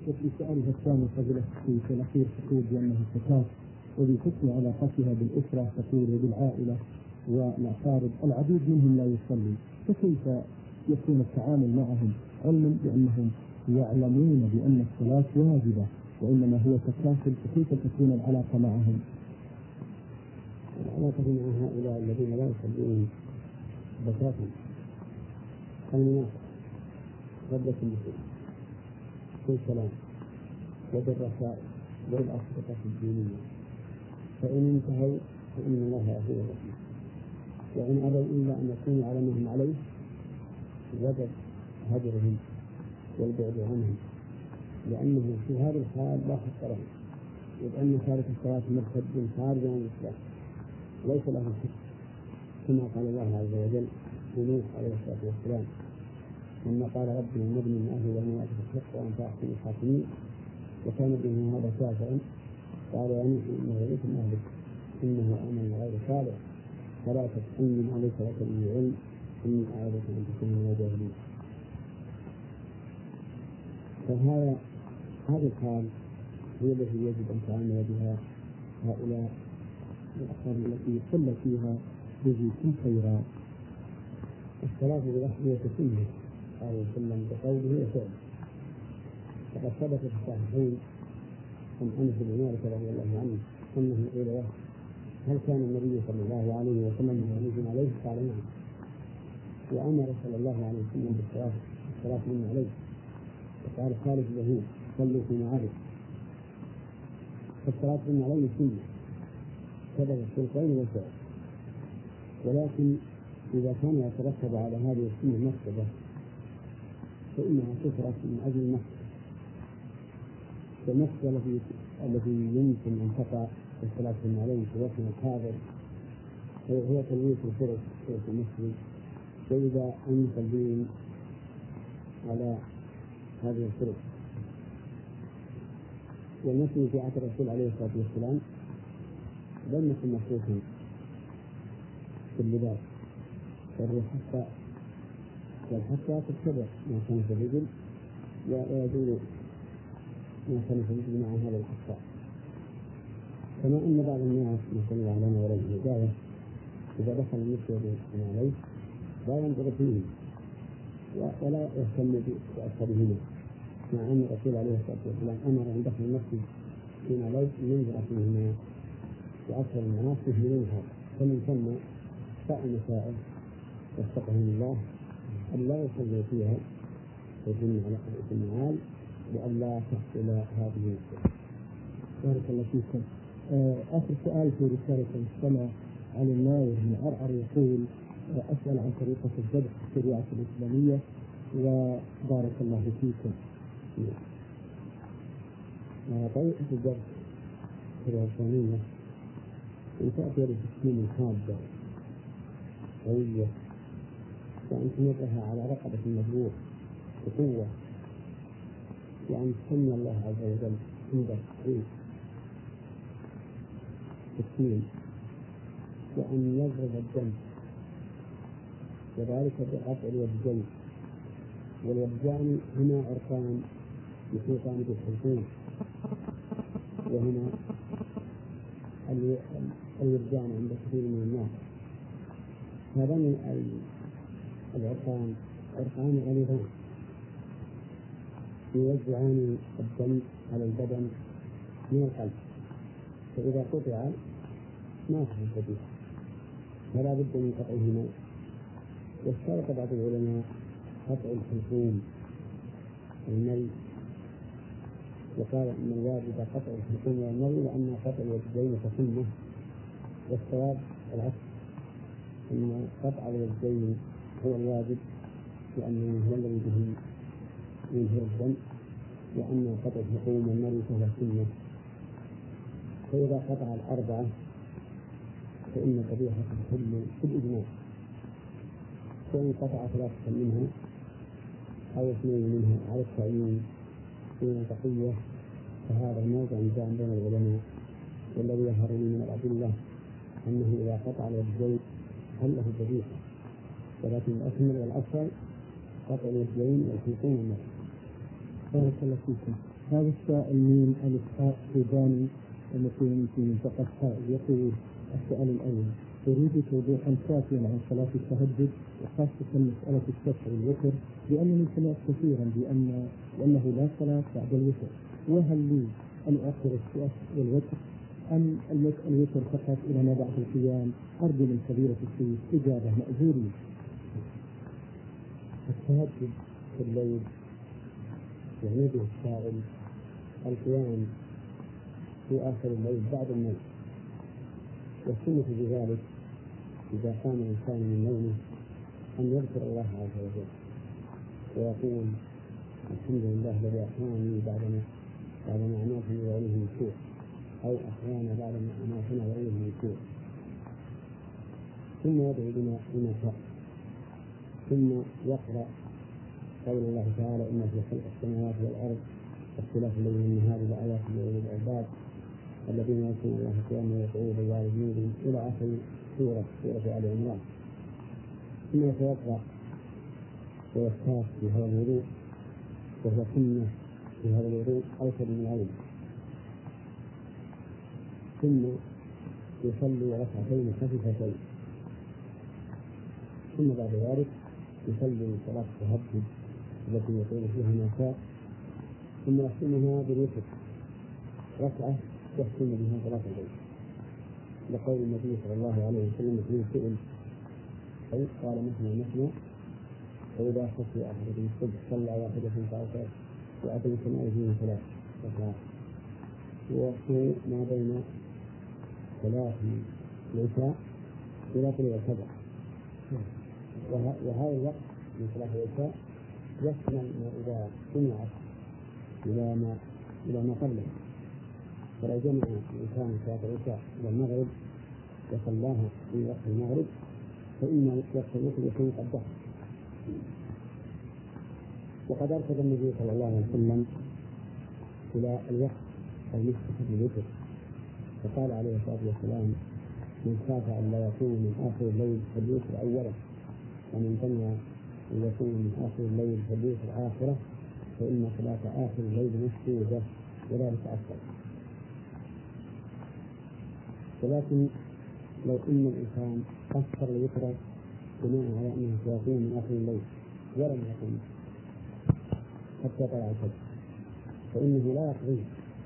وفي سؤالها الثاني فضيلة في الأخير تقول بأنها فتاة وبحسن علاقتها بالأسرة تقول وبالعائلة والأقارب العديد منهم لا يصلي، فكيف يكون التعامل معهم علما بأنهم يعلمون بأن الصلاة واجبة وإنما هو تكاسل، فكيف تكون العلاقة معهم؟ العلاقة مع هؤلاء الذين لا يصلون بساطا المنافق ربة المسلم بالسلام وبالرسائل وبالأصدقاء الدينية، فإن انتهوا فإن الله غفور رحيم، وإن أبوا إلا أن يكونوا على ما هم عليه وجب هجرهم والبعد عنهم، لأنه في هذا الحال لا حق لهم، إذ أن تارك الصلاة مرتد خارج عن الإسلام ليس له حق، كما قال الله عز وجل لنوح عليه الصلاة والسلام لما قال ربنا نبني من أهل وأن يأتي الحق وأنت أحسن الحاكمين وكان ابنه هذا كافرا قال يا نوح إنه ليس من أهلك إنه آمن غير صالح فلا تتحمل عليك لك به علم إني أعوذك أن تكون من الجاهلين. فهذه الحال هي التي يجب أن تعامل بها هؤلاء الأحوال التي صلى فيها بجيكم خيرا. الصلاة بالأحوية سنة قال وسلم بقوله وفعله، فقد ثبت في الصحيحين عن أنس بن مالك رضي الله عنه أنه قيل له هل كان النبي صلى الله عليه وسلم يحرص عليه؟ قال نعم، وأمر صلى الله عليه وسلم بالصلاة من عليه، وقال خالد اليهود صلوا في معابد، فالصلاة من عليه سنة ثبتت في القول والفعل، ولكن إذا كان يترتب على هذه السنة مفسدة فإنها تترك من أجل المفسدة، والمفسدة التي يمكن أن تقع في الصلاة من عليه في وقت الحاضر هو تلويث الفرق في المسجد، وإذا أنت الدين على هذه الفرق. والمسجد في عهد الرسول عليه الصلاة والسلام لم يكن مخصوصا في اللباس والحتى تتبع ما كان في الرجل ويدور ما كان في الرجل مع هذا الحتى، كما أن بعض الناس نسأل الله لنا ولهم الهداية إذا دخل المسجد عليه لا ينظر فيه ولا يهتم بأثرهما، مع أن الرسول عليه الصلاة والسلام أمر أن دخل المسجد فيما ليس ينظر فيهما وأكثر الناس يهملون هذا، فمن ثم ساء مسائل واتقهم الله أن لا يصلوا فيها ويكون على المعال لئلا تحصل هذه المشكلة. بارك الله فيكم. آخر سؤال في رسالة المستمع علي الناير من عرعر يقول أسأل عن طريقة الذبح في الشريعة الإسلامية وبارك الله فيكم. طريقة الذبح في الإسلامية أن تأتي بتسكين حادة قوية وأن تمرها على رقبة المذبوح بقوة، وأن تسمي الله عز وجل عند التحريم تسكين، وأن يضرب الدم، وذلك بقطع اليدين، واليدان هنا عرقان يحيطان بالحلقين، وهنا اليدان عند كثير من الناس. هذان العرقان عرقان غليظان يوزعان الدم على البدن من القلب، فإذا قطع ما في الذبيح فلا بد من قطعهما. واشترط بعض العلماء قطع الحلقوم والنري، وقال أن الواجب قطع الحلقوم والنري لأن قطع اليدين كسنة، والصواب العكس أن قطع اليدين هو الواجب لأنه هو الذي به ينهي الدم، وأن قطع الحلقوم والنري فهو سنة. فإذا قطع الأربعة فإن الذبيحة تحل في الإجماع، فإن قطع ثلاثة منها أو اثنين منها على التعيين دون تقية فهذا موضع نزاع بين العلماء، والذي يظهر من الأدلة أنه إذا قطع اليدين هل له ذبيحة، ولكن الأكمل والأفضل قطع اليدين والحلقوم والنري. بارك الله فيكم. هذا السائل من الإسحاق سوداني المقيم في منطقة حائل يقول: السؤال الأول: أريد توضيحا كافيا عن صلاة التهجد وخاصة مسألة الشفع والوتر، لأنني سمعت كثيرا بأنه لا صلاة بعد الوتر، وهل لي أن أؤخر الشفع والوتر أم الوتر فقط إلى ما بعد القيام؟ أرجو من فضيلة الشيخ إجابة مأجورين. التهجد في الليل يعني به السائل القيام في آخر الليل بعد النوم، والسنة بذلك إذا قام الإنسان من نومه أن يذكر الله عز وجل ويقول: الحمد لله الذي أحياني بعدما أماتني وإليه النشور، أو أحيانا بعدما أماتنا وإليه النشور، ثم يدعو بما شاء، ثم يقرأ قول الله تعالى: إن في خلق السماوات والأرض واختلاف الليل والنهار لآيات لأولي الألباب الذين يذكرون الله قياما وقعودا وجنوبهم إلى آخر سورة آل عمران. ثم يتوضأ ويستاق في هذا الوضوء، وهو سنة في هذا الوضوء أوسط من العين، ثم يصلي ركعتين خفيفتين، ثم بعد ذلك يصلي صلاة التهجد التي يطيل فيها ما شاء، ثم يختمها بالوتر ركعة يختم بها صلاة الليل، لقول النبي صلى الله عليه وسلم في سئل قال: مثنى فإذا خشي أحدكم الصبح صلى واحدة فأوتر وأتى السماء فيه 3 ركعات، ووقته ما بين صلاة العشاء إلى طلوع الفجر، وهذا الوقت من صلاة العشاء يشمل إذا سمعت إلى ما قبله، فلو جمع الإنسان صلاة العشاء إلى المغرب وصلاها في وقت المغرب فإن وقت الوتر يكون قد دخل. وقد أرشد النبي صلى الله عليه وسلم إلى الوقت المستحب للوتر، فقال عليه الصلاة والسلام: من خاف أن لا يكون من آخر الليل فليوتر أوله، ومن تمنى أن يكون من آخر الليل فليوتر آخره، فإن صلاة آخر الليل مفروضة ولا تتأخر. ولكن لو إن الإنسان قصر الوتر بناء على أنه سيكون من آخر الليل ولم يكن حتى طلع الفجر فإنه لا يقضي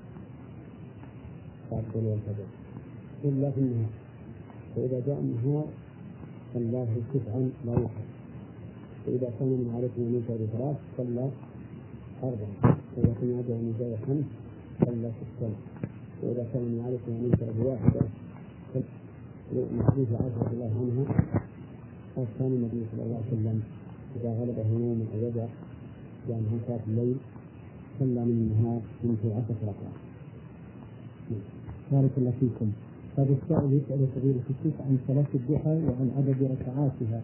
بعد طلوع الفجر إلا في النهار، فإذا جاء النهار صلاه 9 لا يوتر، فإذا كان من عليكم من شهر 3 صلى 4، وإذا كان يدعو من شهر 5 صلى 6، وإذا كان من عليكم من شهر 1 حديث عائشة رضي الله عنها قال: كان النبي صلى الله عليه وسلم إذا غلبه نوم أو وجع يعني صلاة الليل صلى من النهار من 10 ركعات. بارك الله فيكم. هذا السائل يسأل فضيلة الشيخ عن صلاة الضحى وعن عدد ركعاتها.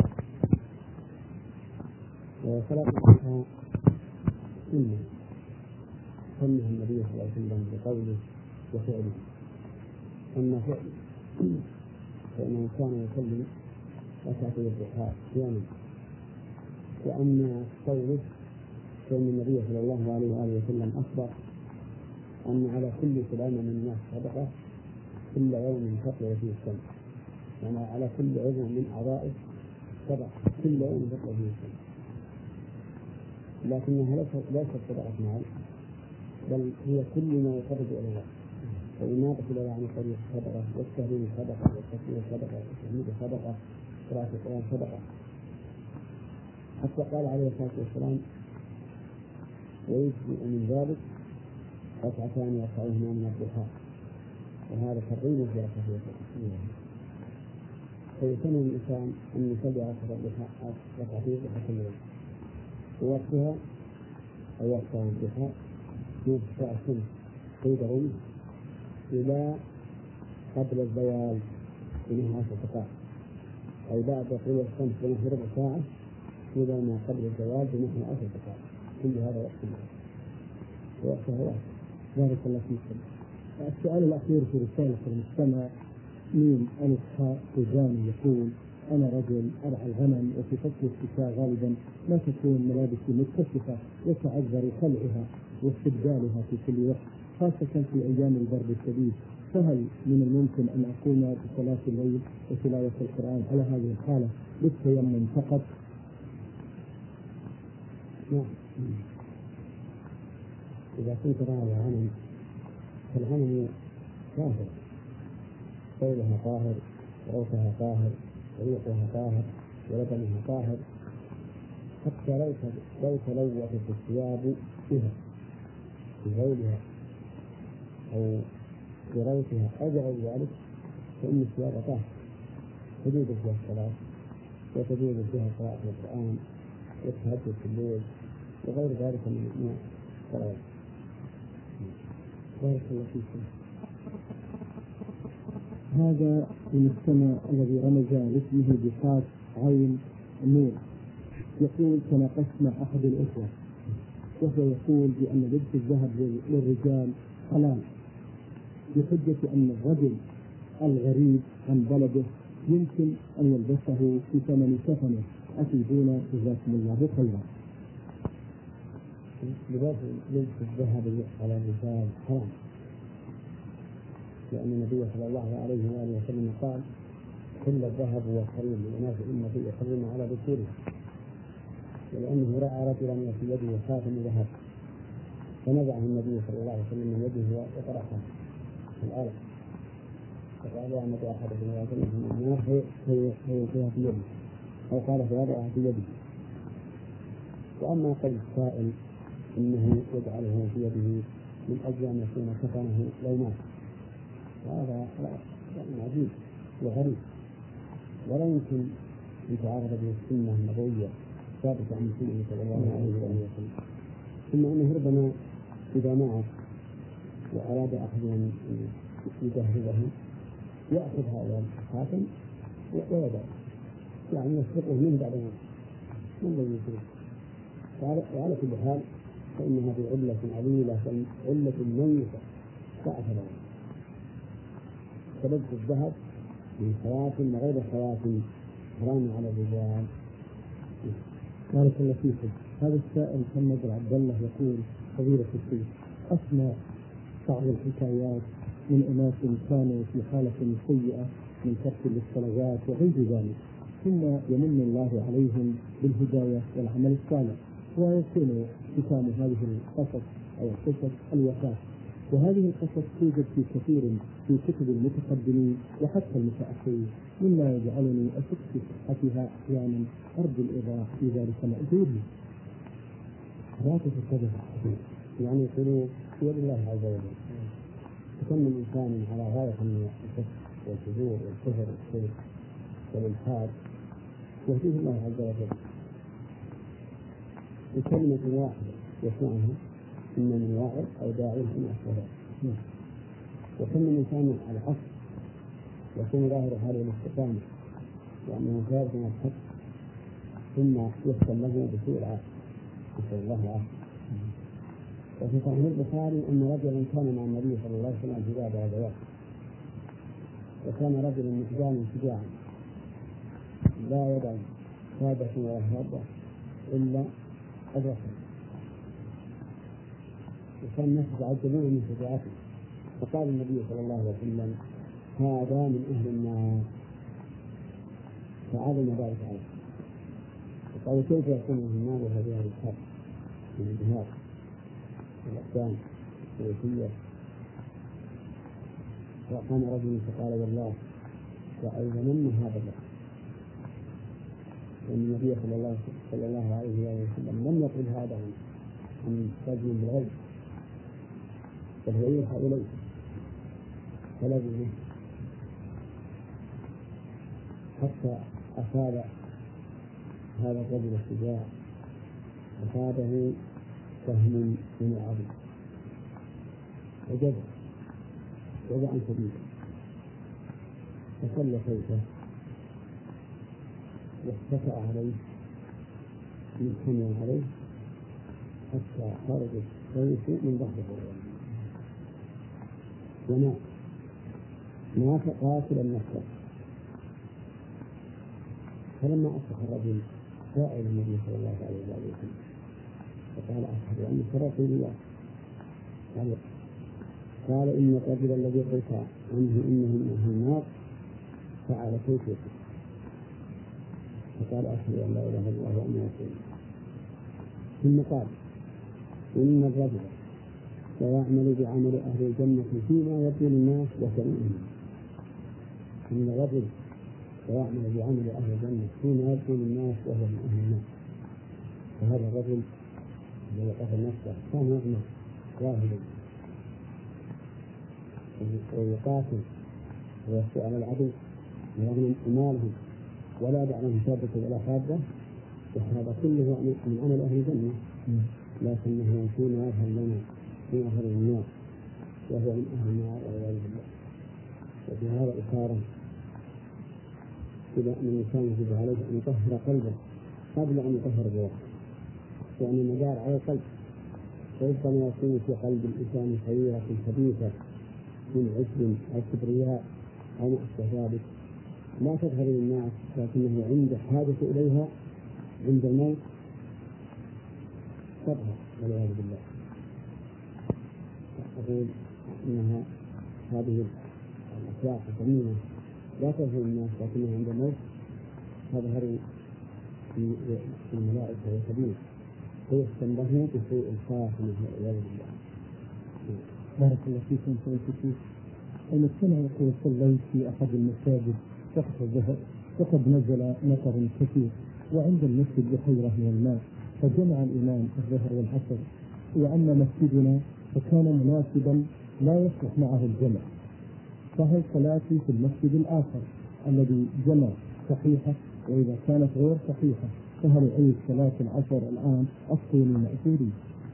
صلاة الضحى سنة سنها النبي صلى الله عليه وسلم بقوله وفعله، أما فعل فإنه كان يصلي ركعتي الضحى قياما، وأما قوله فإن النبي صلى الله عليه وآله وسلم أخبر أن على كل سلامة من الناس صدقة كل يوم تطلع فيه الشمس، يعني على كل عضو من أعضائه صدقة كل يوم تطلع فيه الشمس، لكنها ليست صدقة مال، بل هي كل ما يقرب إلى الله، فالإنابة إلى عن طريق صدقة، والتهليل صدقة، والتسبيح صدقة، والتحميد صدقة، قراءة القرآن صدقة. حتى قال عليه الصلاة والسلام: ويجزئ من ذلك ركعتان يرفعهما من الضحى، وهذا تقريب في ركعتين. فيسمى الإنسان أن يصلي ركعتين كل يوم، ووقتها أو وقت الضحى يرفع الشمس قيد رمح إلى قبل الزوال بنحو 10 دقائق، أي بعد طلوع الشمس بنحو ربع ساعة إلى ما قبل الزوال بنحو 10 دقائق، كل هذا وقتها واحد. بارك الله فيكم. السؤال الأخير في رسالة المستمع من الإسحاق سوداني يقول: أنا رجل أرعى الغنم، وفي فصل الشتاء غالبا لا تكون ملابسي متسفة يتعذر خلعها، واستبدالها في كل وقت، خاصة في أيام البرد الشديد. فهل من الممكن أن أقوم بصلاة الليل وتلاوة القرآن على هذه الحالة بالتيمم فقط؟ إذا كنت راعي غنم فالغنم طاهر، طولها طاهر، روثها طاهر، وريقها طاهر، ولبنها طاهر، حتى لو تلوثت الثياب بها بغيرها أو بروثها أو بغير ذلك فإن الثياب طاهر تجوز فيها الصلاة وتجوز فيها قراءة القرآن والتهجد في الليل وغير ذلك من الصلوات. بارك الله فيكم. هذا المستمع الذي رمز لاسمه بقاف عين نور يقول: تناقشت مع أحد الأخوة وهو يقول بأن لبس الذهب للرجال حلال بحجة أن الرجل الغريب عن بلده يمكن أن يلبسه في ثمن كفنه. أفيدونا جزاكم الله خيرا. لبس الذهب على الرجال حرام، لأن النبي صلى الله عليه وآله وسلم قال: كل الذهب والحرير للناس النبي يحرم على ذكوره، ولأنه رأى رجلا في يده خاتم ذهب فنزعه النبي صلى الله عليه وسلم من يده وطرحه في الأرض، فقال: يا أمة أحدكم إذا كنت من النار فيلقيها في يده، أو قال فيضعها في يده. وأما قول السائل إنه يجعله في يده من أجل أن يكون كفنه لو مات، هذا عجيب وغريب، ولا يمكن أن تعارض به السنة النبوية ثابتة عن النبي صلى الله عليه وسلم. ثم إنه ربما إذا مات وأراد أحد أن يجهزه يأخذ هذا الخاتم ويدعه، يعني يسرقه من بعد من الذي يسرقه. وعلى كل حال فإن هذه علة عليلة، علة ميتة ضعف لها. فلبس الذهب من خواتم وغير خواتم حرام على الرجال. بارك الله فيكم. هذا السائل محمد عبد الله يقول: فضيلة الشيخ، أسمع بعض الحكايات من أناس كانوا في حالة سيئة من ترك للصلوات وغير ذلك، ثم يمن الله عليهم بالهداية والعمل الصالح، ويكون ختام هذه القصص أو قصص الوفاة. وهذه القصص توجد في كثير في كتب المتقدمين وحتى المتأخرين، مما يجعلني أشك في صحتها أحيانا. أرجو الإيضاح في ذلك مأجور. لا تتبع يعني يقولوا في يد الله عز وجل. وكم من إنسان على غاية من الكفر والفجور والكفر والشرك والإلحاد يهديه الله عز وجل بكلمة واحدة يسمعها إن من واعظ أو داعي إلى الصلاة. وكم من إنسان على الحق يكون ظاهر هذه الاستقامة وأنه ثابت على الحق ثم يختم له بسوء العافية، نسأل الله العافية. وفي صحيح البخاري أن رجلا كان مع النبي صلى الله عليه وسلم في بعض الغزوات، وكان رجلا محجانا شجاعا لا يدع ثابت ولا هربة إلا أدركه، وكان الناس يتعجبون من شجاعته. فقال النبي صلى الله عليه وسلم: هذا من أهل النار. فعلم ذلك عليه، فقالوا: كيف يكون من النار وهذه الحرب من الجهاد والأحكام السياسية؟ وقام رجل فقال: والله لأعلمن هذا الرجل. وأن النبي صلى الله عليه وسلم لم يقل هذا عن رجل بالغيب، بل هو يوحى إليه فلزمه حتى أفاد هذا الرجل الشجاع، أفاده فهم من العظيم وجد عن سبيله، فصلى سيفه واتكأ عليه يتحمل عليه حتى خرج السيف من ظهره ومات قاتلا نفسه. فلما أصبح الرجل سائل النبي صلى الله عليه وسلم فقال: أشهد أنك رسول الله قال إن الرجل الذي قلت عنه إنه من أهل النار فعل كيف فقال أشهد أن لا إله إلا الله وأن رسول الله. ثم قال إن الرجل سيعمل بعمل أهل الجنة فيما يرضي الناس وسيئهم. إن الرجل سيعمل بعمل أهل الجنة فيما يرضي الناس وهو من أهل النار. فهذا الرجل الذي قتل نفسه كان يعمل واهدا ويقاتل ويسوء على العدو ويغنم أموالهم ولا يدع لهم ثابتة ولا حادة، وهذا كله من عمل أهل الجنة، لكنه يكون يظهر لنا في أهل النار وهو من أهل النار والعياذ بالله. وفي هذا إشارة إلى أن الإنسان يجب عليه أن يطهر قلبه قبل أن يطهر روحه، يعني المدار على القلب. ربما يكون في قلب الإنسان خيرة خبيثة من عجب أو كبرياء أو ما أشبه ذلك لا تظهر للناس، لكنه عند حاجة إليها عند الموت تظهر والعياذ بالله. أقول إنها هذه الأشياء الثمينة لا تظهر للناس، لكنها عند الموت تظهر في الملائكة والكبير فيستنبه بسوء الخاتمة والعياذ بالله. بارك الله فيكم سيدي. المستمع يقول صليت في أحد المساجد وقت الظهر وقد نزل مطر كثير وعند المسجد بحيرة من الماء، فجمع الإمام الظهر والعصر، وأما مسجدنا فكان مناسبا لا يصلح معه الجمع، فهل صلاتي في المسجد الآخر الذي جمع صحيحة؟ وإذا كانت غير صحيحة فهل أعيد صلاة العصر الآن أصلي المأثوري؟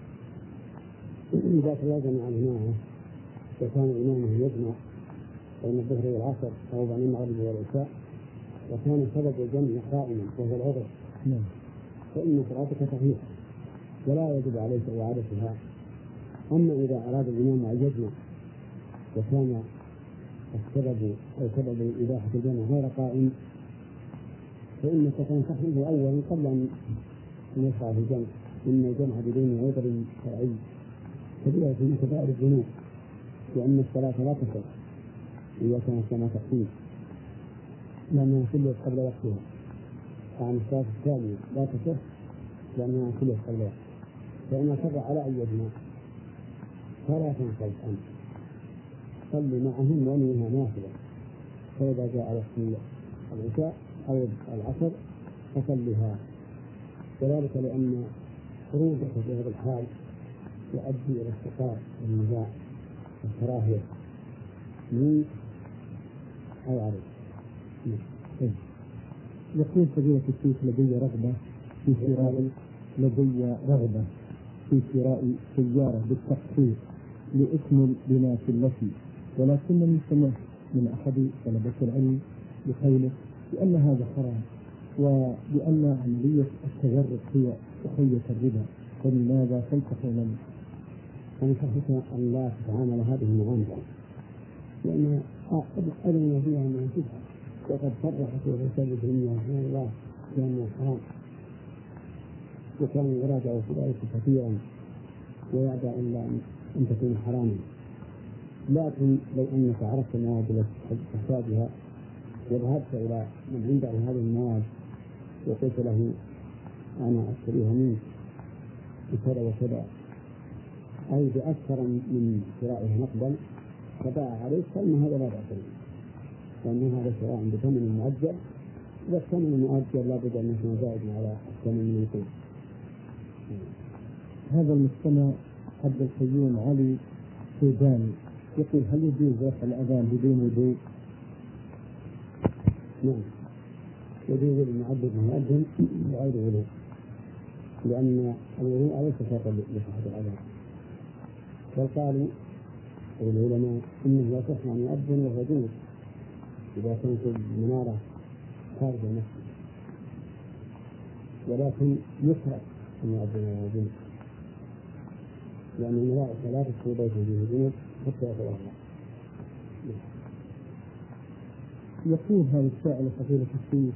إذا تلازم مع الإمام وكان الإمام يجمع بين الظهر والعصر أو بين المغرب والعشاء وكان سبب الجمع قائما وهو العذر فإن صلاتك صحيحة ولا يجب عليك إعادتها. أما إذا أراد الإمام أن يجمع وكان السبب أو سبب إباحة الجمع غير قائم فإنك تنصحه أولا قبل أن يشرع في الجمع، إن الجمع بدون عذر شرعي كبيرة من كبائر الذنوب، لأن الصلاة لا تصح إذا كانت كما تقول، لأنها كلها قبل وقتها. عن الصلاة الثانية لا تصح لأنها كلها قبل وقتها، فإن شرع على أن يجمع فلا تنصرف أنت، صل معهم وانوها نافلة، فإذا جاء وقت العشاء أو العصر فصلها، وذلك لأن خروجك في هذا الحال يؤدي إلى الشقاء والنزاع والكراهية من أو عليه. يقول فضيلة الشيخ لدي رغبة في شراء سيارة بالتقسيط لأكمل بما في التي، ولكنني سمعت من أحد طلبة العلم بقوله بأن هذا حرام وبأن عملية التجرد هي أخية الربا، فلماذا تنصحون منه؟ أنصحك أن لا تتعامل هذه المعاملة لأن أدنى فيها ما فيها، وقد صرحت وتسبب الدنيا من الله بأنه حرام، وكان يراجع في ذلك كثيرا ويعدى إلا أن تكون حراما. لكن لو أنك عرفت المواد التي تحتاجها وذهبت إلى من عنده هذه المواد وقلت له أنا أشتريها منك بكذا وكذا أي بأكثر من شرائها نقدا فباع عليك، فإن هذا لا بأس به، لأن هذا شراء بثمن مؤجل، والثمن المؤجل لا بد أن يكون زائدا على الثمن المنقول. هذا المستمع عبد القيوم علي سوداني يقول هل يجوز رفع الأذان بدون وضوء؟ نعم، يجوز للمؤذن بغير وضوء، لأن الوضوء ليس شرطا لصحة الأذان، والقالوا العلماء إنه يصح أن يؤذن وهو جنب إذا كانت المنارة خارج المسجد، ولكن يكره أن يؤذن وهو جنب، لأن الملائكة لا تدخل بيته فيه جنب حتى يتوضأ. يقول هذا السائل فضيلة الشيخ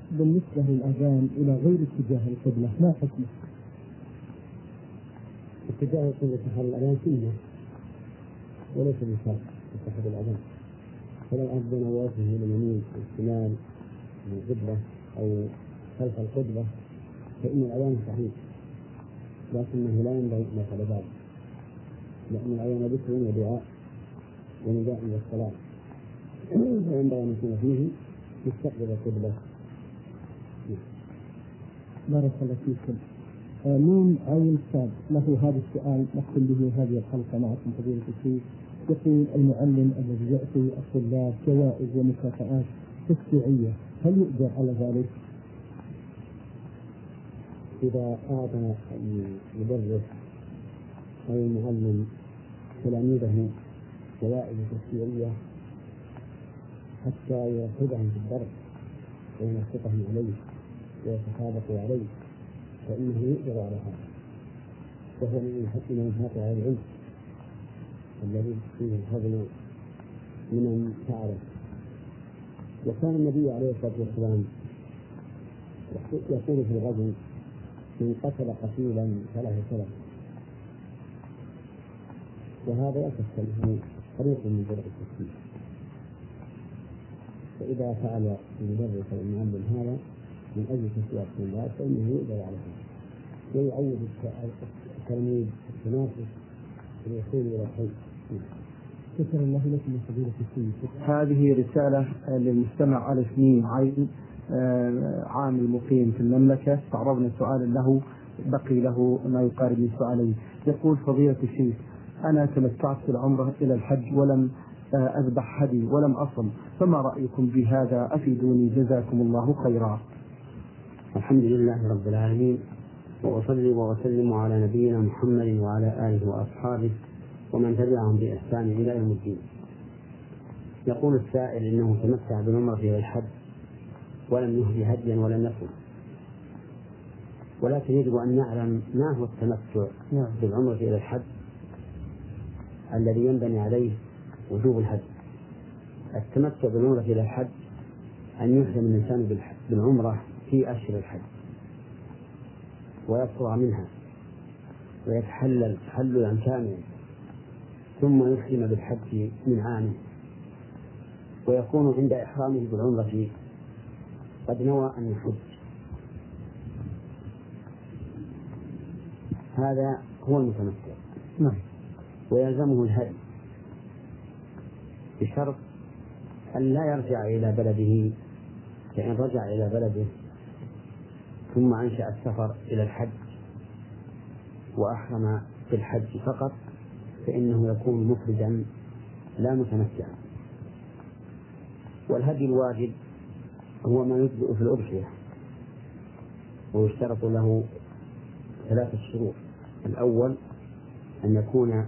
بالنسبة للأذان إلى غير اتجاه القبلة ما حكمه؟ اتجاه كل اتخاذ الأذان سنة وليس بشرط اتخاذ الأذان، فلو أذن وجهه إلى اليمين أو الشمال من القبلة أو خلف القبلة فإن الأذان صحيح، لكنه لا ينبغي أن يفعل ذلك، لأن الأذان ذكر ودعاء ونداء إلى الصلاة، فينبغي أن يكون فيه مستقبل القبلة. بارك الله فيكم. مين عين صاد له هذا السؤال نختم به هذه الحلقة معكم فضيلة الشيخ. يقول المعلم الذي يعطي الطلاب جوائز ومكافآت تشجيعية هل يقدر على ذلك؟ إذا أعطى المدرس أو المعلم تلاميذه جوائز تشجيعية حتى يرغبهم في الدرس وينشطهم عليه ويتسابقوا عليه فإنه يقدر على هذا، وهو من منفعة على العلم الذي فيه الفضل من تعرف. وكان النبي عليه الصلاة والسلام يقول في الغزو من قتل قتيلا فله سلف، وهذا يتسلم له طريق من طرق التسليم. فإذا فعل المدرس أو المعلم هذا من أجل تسوية الطلاب فإنه يقدر على هذا ويعود التلميذ التنافس للوصول إلى الخير. شكرا الله لكم من فضيلة الشيخ. هذه رسالة للمستمع ألف ميم عين عامل مقيم في المملكة، تعرضنا سؤالا له بقي له ما يقارب من سؤالين. يقول فضيلة الشيخ أنا تمتعت في العمرة إلى الحج ولم أذبح هدي ولم أصم، فما رأيكم بهذا؟ أفيدوني جزاكم الله خيرا. الحمد لله رب العالمين، وأصلي وأسلم على نبينا محمد وعلى آله وأصحابه ومن تبعهم بإحسان إلى يوم الدين. يقول السائل إنه تمتع بالعمرة إلى الحج ولم يهدي هديا ولم يصم، ولكن يجب أن نعلم ما هو التمتع بالعمرة إلى الحج الذي ينبني عليه وجوب الحج. التمتع بالعمرة إلى الحج أن يحرم الإنسان بالعمرة في أشهر الحج ويفرغ منها ويتحلل تحللا كاملا، ثم يحرم بالحج من عامه، ويكون عند إحرامه بالعمرة قد نوى أن يحج. هذا هو المتمتع. ويلزمه الهدي بشرط أن لا يرجع إلى بلده، فإن رجع إلى بلده ثم أنشأ السفر إلى الحج وأحرم بالحج فقط فإنه يكون مفردا لا متمتعا. والهدي الواجب هو ما يجزئ في الأضحية، ويشترط له 3 شروط. الأول أن يكون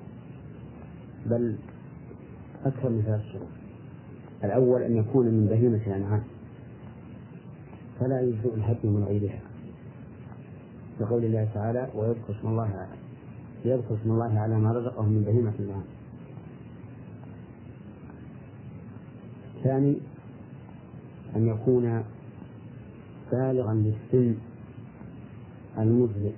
بل أكثر من 3 شروط. الأول أن يكون من بهيمة الأنعام فلا يجزئ الهدي من غيرها، لقول الله تعالى ويذكر اسم الله على ما رزقهم من بهيمة الأنعام. الثاني أن يكون بالغا للسن المجزئ،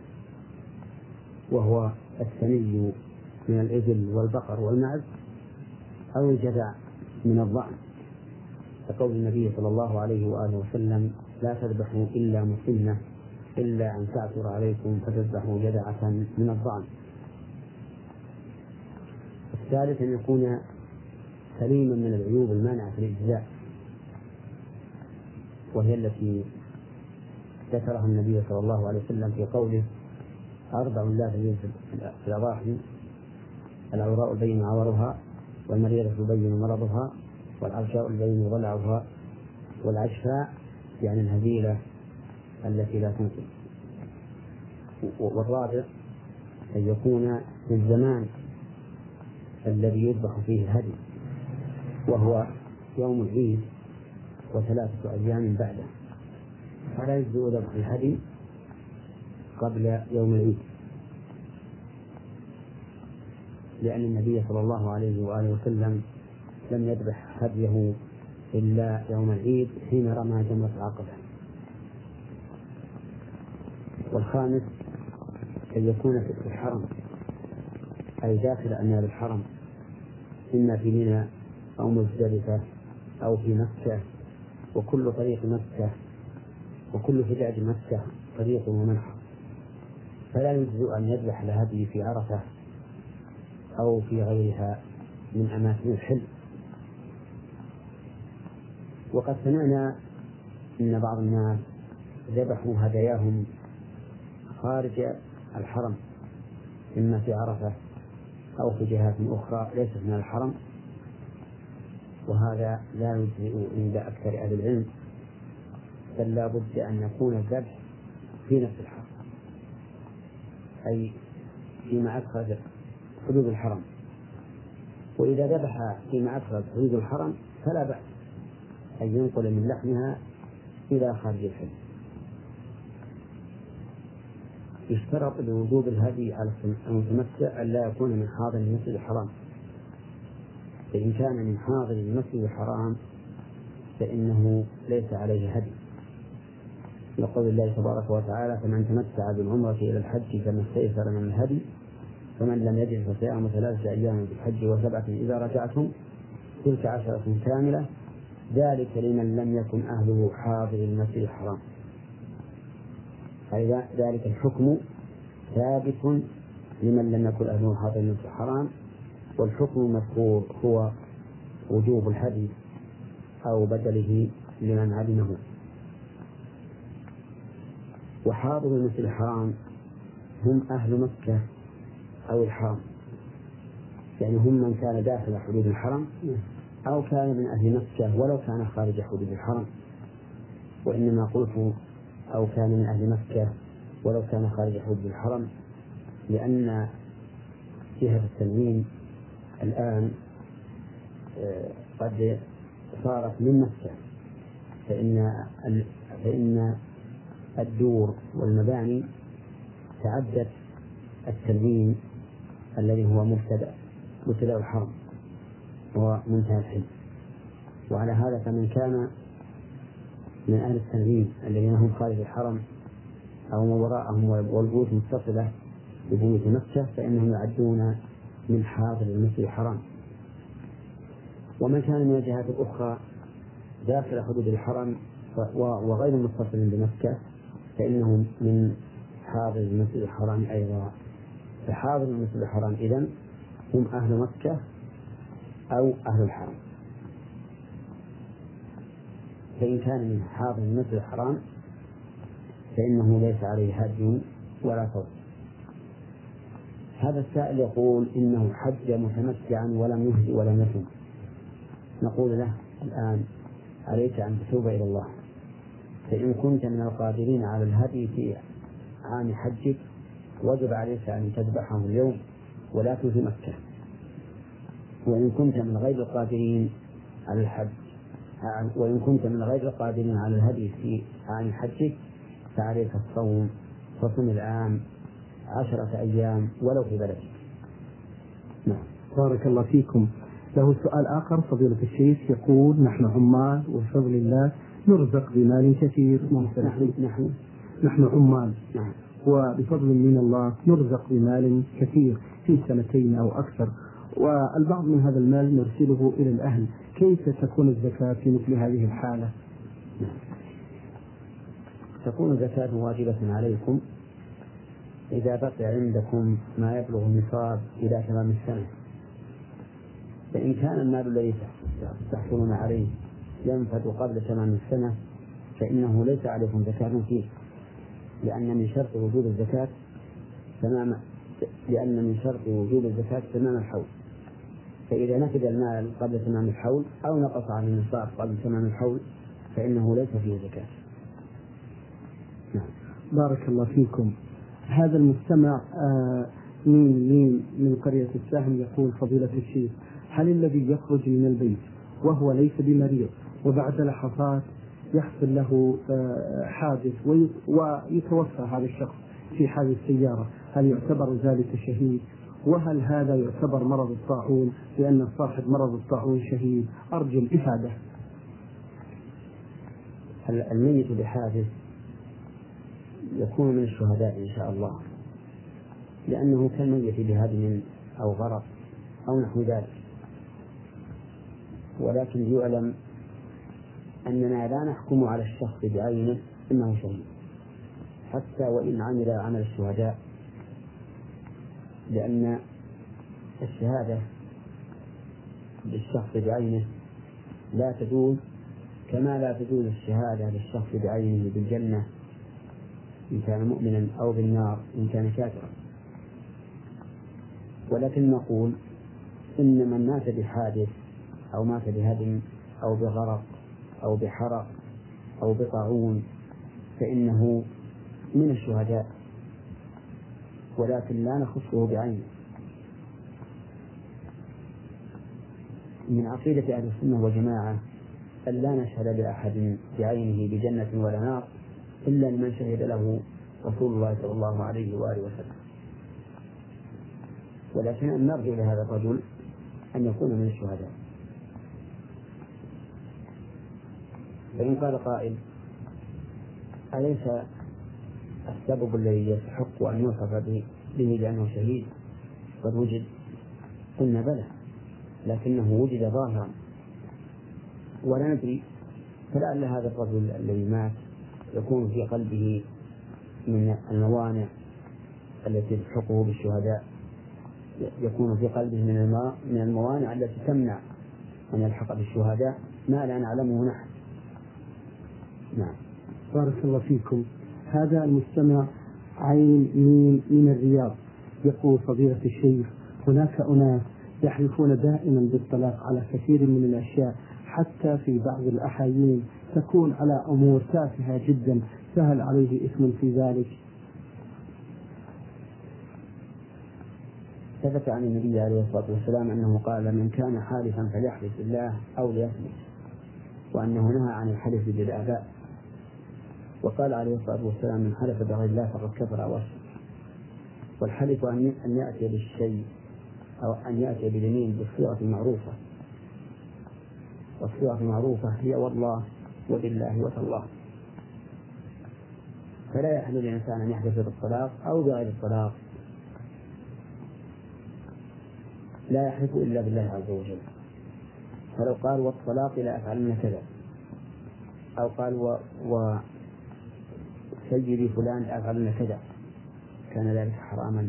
وهو الثني من الإبل والبقر والمعز أو الجذع من الضأن، كقول النبي صلى الله عليه وآله وسلم لا تذبحوا إلا مسنة إلا أن تعثر عليكم فتذبحوا جذعة من الضأن. الثالث أن يكون سليما من العيوب المانعة في الإجزاء، وهي التي ذكرها النبي صلى الله عليه وسلم في قوله 4 لا تجوز في الأضاحي: العوراء البين عورها، والمريضة البين مرضها، والعرشاء البين ضلعها، والعشفاء يعني الهزيلة التي لا تنقل. والرابع أن يكون في الزمان الذي يذبح فيه الهدي، وهو يوم العيد و3 أيام بعده، فلا يجزئ ذبح الهدي قبل يوم العيد، لأن النبي صلى الله عليه وآله وسلم لم يذبح هديه إلا يوم العيد حين رمى جمرة العقبة. والخامس أن يكون في الحرم أي داخل أنياب الحرم، إما في منى أو مزدلفة أو في مكة، وكل طريق مكة وكل فجاج مكة طريق ومنحر، فلا يجوز أن يذبح الهدي في عرفة أو في غيرها من أماكن الحل. وقد سمعنا أن بعض الناس ذبحوا هداياهم خارج الحرم، إما في عرفة أو في جهات أخرى ليست من الحرم، وهذا لا يجزئ عند أكثر أهل العلم، بل لا بد أن يكون الذبح في نفس الحرم، أي فيما أدخل حدود الحرم. وإذا ذبح فيما أدخل حدود الحرم فلا بأس أن ينقل من لحمها إلى خارج الحل. يشترط لوجوب الهدي على المتمتع أن لا يكون من حاضر المسجد الحرام، فإن كان من حاضر المسجد الحرام فإنه ليس عليه هدي، لقول الله تبارك وتعالى: فمن تمتع بالعمرة إلى الحج فما استيسر من الهدي فمن لم يجد فصيام 3 أيام في الحج و7 إذا رجعتم تلك 10 كاملة، ذلك لمن لم يكن أهله حاضر المسجد الحرام. أي ذلك الحكم ثابت لمن لم يكن أهله حاضر المسجد الحرام، والحكم المذكور هو وجوب الهدي أو بدله لمن علمه. وحاضر المسجد الحرام هم أهل مكة أو الحرم، يعني هم من كان داخل حدود الحرم أو كان من أهل مكة ولو كان خارج حدود الحرم. وإنما قلت أو كان من أهل مكة ولو كان خارج حدود الحرم لأن جهة التنوين الآن قد صارت من مكة، فإن الدور والمباني تعدت التنوين الذي هو مبتدأ الحرم ومنتهى الحل. وعلى هذا فمن كان من أهل التنوين الذين هم خارج الحرم أو ما وراءهم والبيوت متصلة ببيوت مكة فإنهم يعدون من حاضر المسجد الحرام. ومن كان من الجهات الأخرى داخل حدود الحرم وغير متصل بمكة فإنهم من حاضر المسجد الحرام أيضا. فحاضر المسجد الحرام إذن هم أهل مكة أو أهل الحرم. فإن كان من حاضر المسجد الحرام فإنه ليس عليه هدي ولا صوت. هذا السائل يقول إنه حج متمتعا ولم يهدي ولم يصم، نقول له الآن عليك أن تتوب إلى الله، فإن كنت من القادرين على الهدي في عام حجك وجب عليك أن تذبحه اليوم ولكن في مكة. وإن كنت من غير القادرين على الحج وإن كنت من غير القادرين على الهدي في عام حجك فعليك الصوم، فصم العام 10 أيام ولو في بلدك. نعم. بارك الله فيكم. له سؤال آخر فضيلة الشيخ يقول: نحن عمال وبفضل الله نرزق بمال كثير. نحن عمال نعم. وبفضل من الله نرزق بمال كثير في 2 أو أكثر، والبعض من هذا المال نرسله إلى الأهل، كيف تكون الزكاة في مثل هذه الحالة؟ تكون الزكاة واجبة عليكم إذا بقي عندكم ما يبلغ النصاب إلى تمام السنة. فإن كان المال الذي تحصلون عليه ينفد قبل تمام السنة فإنه ليس عليكم زكاة فيه، لأن من شرط وجوب الزكاة تمام الحول. فإذا نفد المال قبل تمام الحول أو نقص عن النصاب قبل تمام الحول فإنه ليس فيه زكاة. نعم. بارك الله فيكم. هذا المستمع من قرية السهم يقول: فضيلة الشيخ، هل الذي يخرج من البيت وهو ليس بمريض وبعد لحظات يحصل له حادث ويتوفى هذا الشخص في حادث السيارة، هل يعتبر ذلك شهيد؟ وهل هذا يعتبر مرض الطاعون لأن صاحب مرض الطاعون شهيد؟ أرجو الإفادة. الميت بحادث يكون من الشهداء إن شاء الله، لأنه كالميت بهدم أو غرق أو نحو ذلك. ولكن يعلم أننا لا نحكم على الشخص بعينه إنه شهيد حتى وإن عمل عمل الشهداء، لأن الشهادة للشخص بعينه لا تجوز كما لا تجوز الشهادة للشخص بعينه بالجنة إن كان مؤمنا أو بالنار إن كان كافرا. ولكن نقول إن من مات بحادث أو مات بهدم أو بغرق أو بحرق أو بطاعون فإنه من الشهداء، ولكن لا نخصه بعينه. من عقيدة أهل السنة والجماعة أن لا نشهد لأحد بعينه بجنة ولا نار إلا لمن شهد له رسول الله صلى الله عليه وآله وسلم. ولكن أن نرجو لهذا الرجل أن يكون من الشهداء. فإن قال قائل أليس السبب الذي يستحق أن يوصف به لأنه شهيد قد وجد؟ قلنا بلى، لكنه وجد ظاهرا ولا ندري، فلعل هذا الرجل الذي مات يكون في قلبه من الموانع التي تلحقه بالشهداء، يكون في قلبه من الموانع التي تمنع أن يلحق بالشهداء ما لا نعلمه نحن. نعم. بارك الله فيكم. هذا المستمع عين ميم من الرياض يقول فضيلة الشيخ هناك أناس يحلفون دائما بالطلاق على كثير من الأشياء، حتى في بعض الأحايين تكون على أمور تافهة جدا، فهل عليه إثم في ذلك؟ ثبت عن النبي عليه الصلاة والسلام أنه قال من كان حالفا فليحلف بالله أو ليصمت، وأنه نهى عن الحلف بالآباء، وقال عليه الصلاة والسلام من حلف بغير الله فقد كفر أو أشرك. والحلف أن يأتي بالشيء أو أن يأتي باليمين بالصيغة المعروفة، والصيغة المعروفة هي والله وبالله وتالله. فلا يحل للإنسان أن يحلف بالطلاق أو بغير الطلاق، لا يحلف إلا بالله عز وجل. فلو قال والطلاق لا أفعلن كذا، أو قال وسيدي فلان لا أفعلن كذا، كان ذلك حراما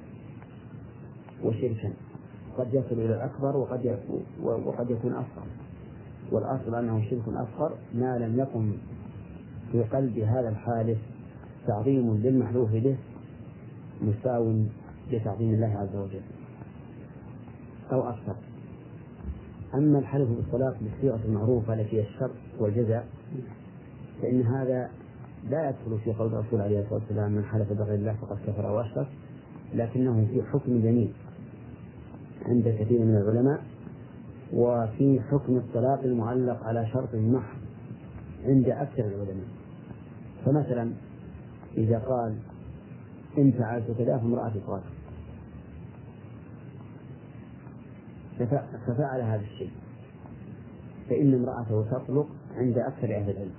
وشركا قد يصل إلى الأكبر وقد يكون أصغر. والأصل أنه شرك أصغر ما لم يكن في قلب هذا الحالف تعظيم للمحلوف به مساو لتعظيم الله عز وجل أو أكثر. أما الحلف بالطلاق بالصيغة المعروفة التي هي الشرط والجزاء فإن هذا لا يدخل في قول الرسول عليه الصلاة والسلام من حلف بغير الله فقد كفر أو أشرك، لكنه في حكم اليمين عند كثير من العلماء، وفي حكم الطلاق المعلق على شرط محض عند أكثر العلماء. فمثلا إذا قال إن فعلت كذا فامرأتي طالق، ففعل هذا الشيء، فإن امرأته تطلق عند أكثر أهل العلم.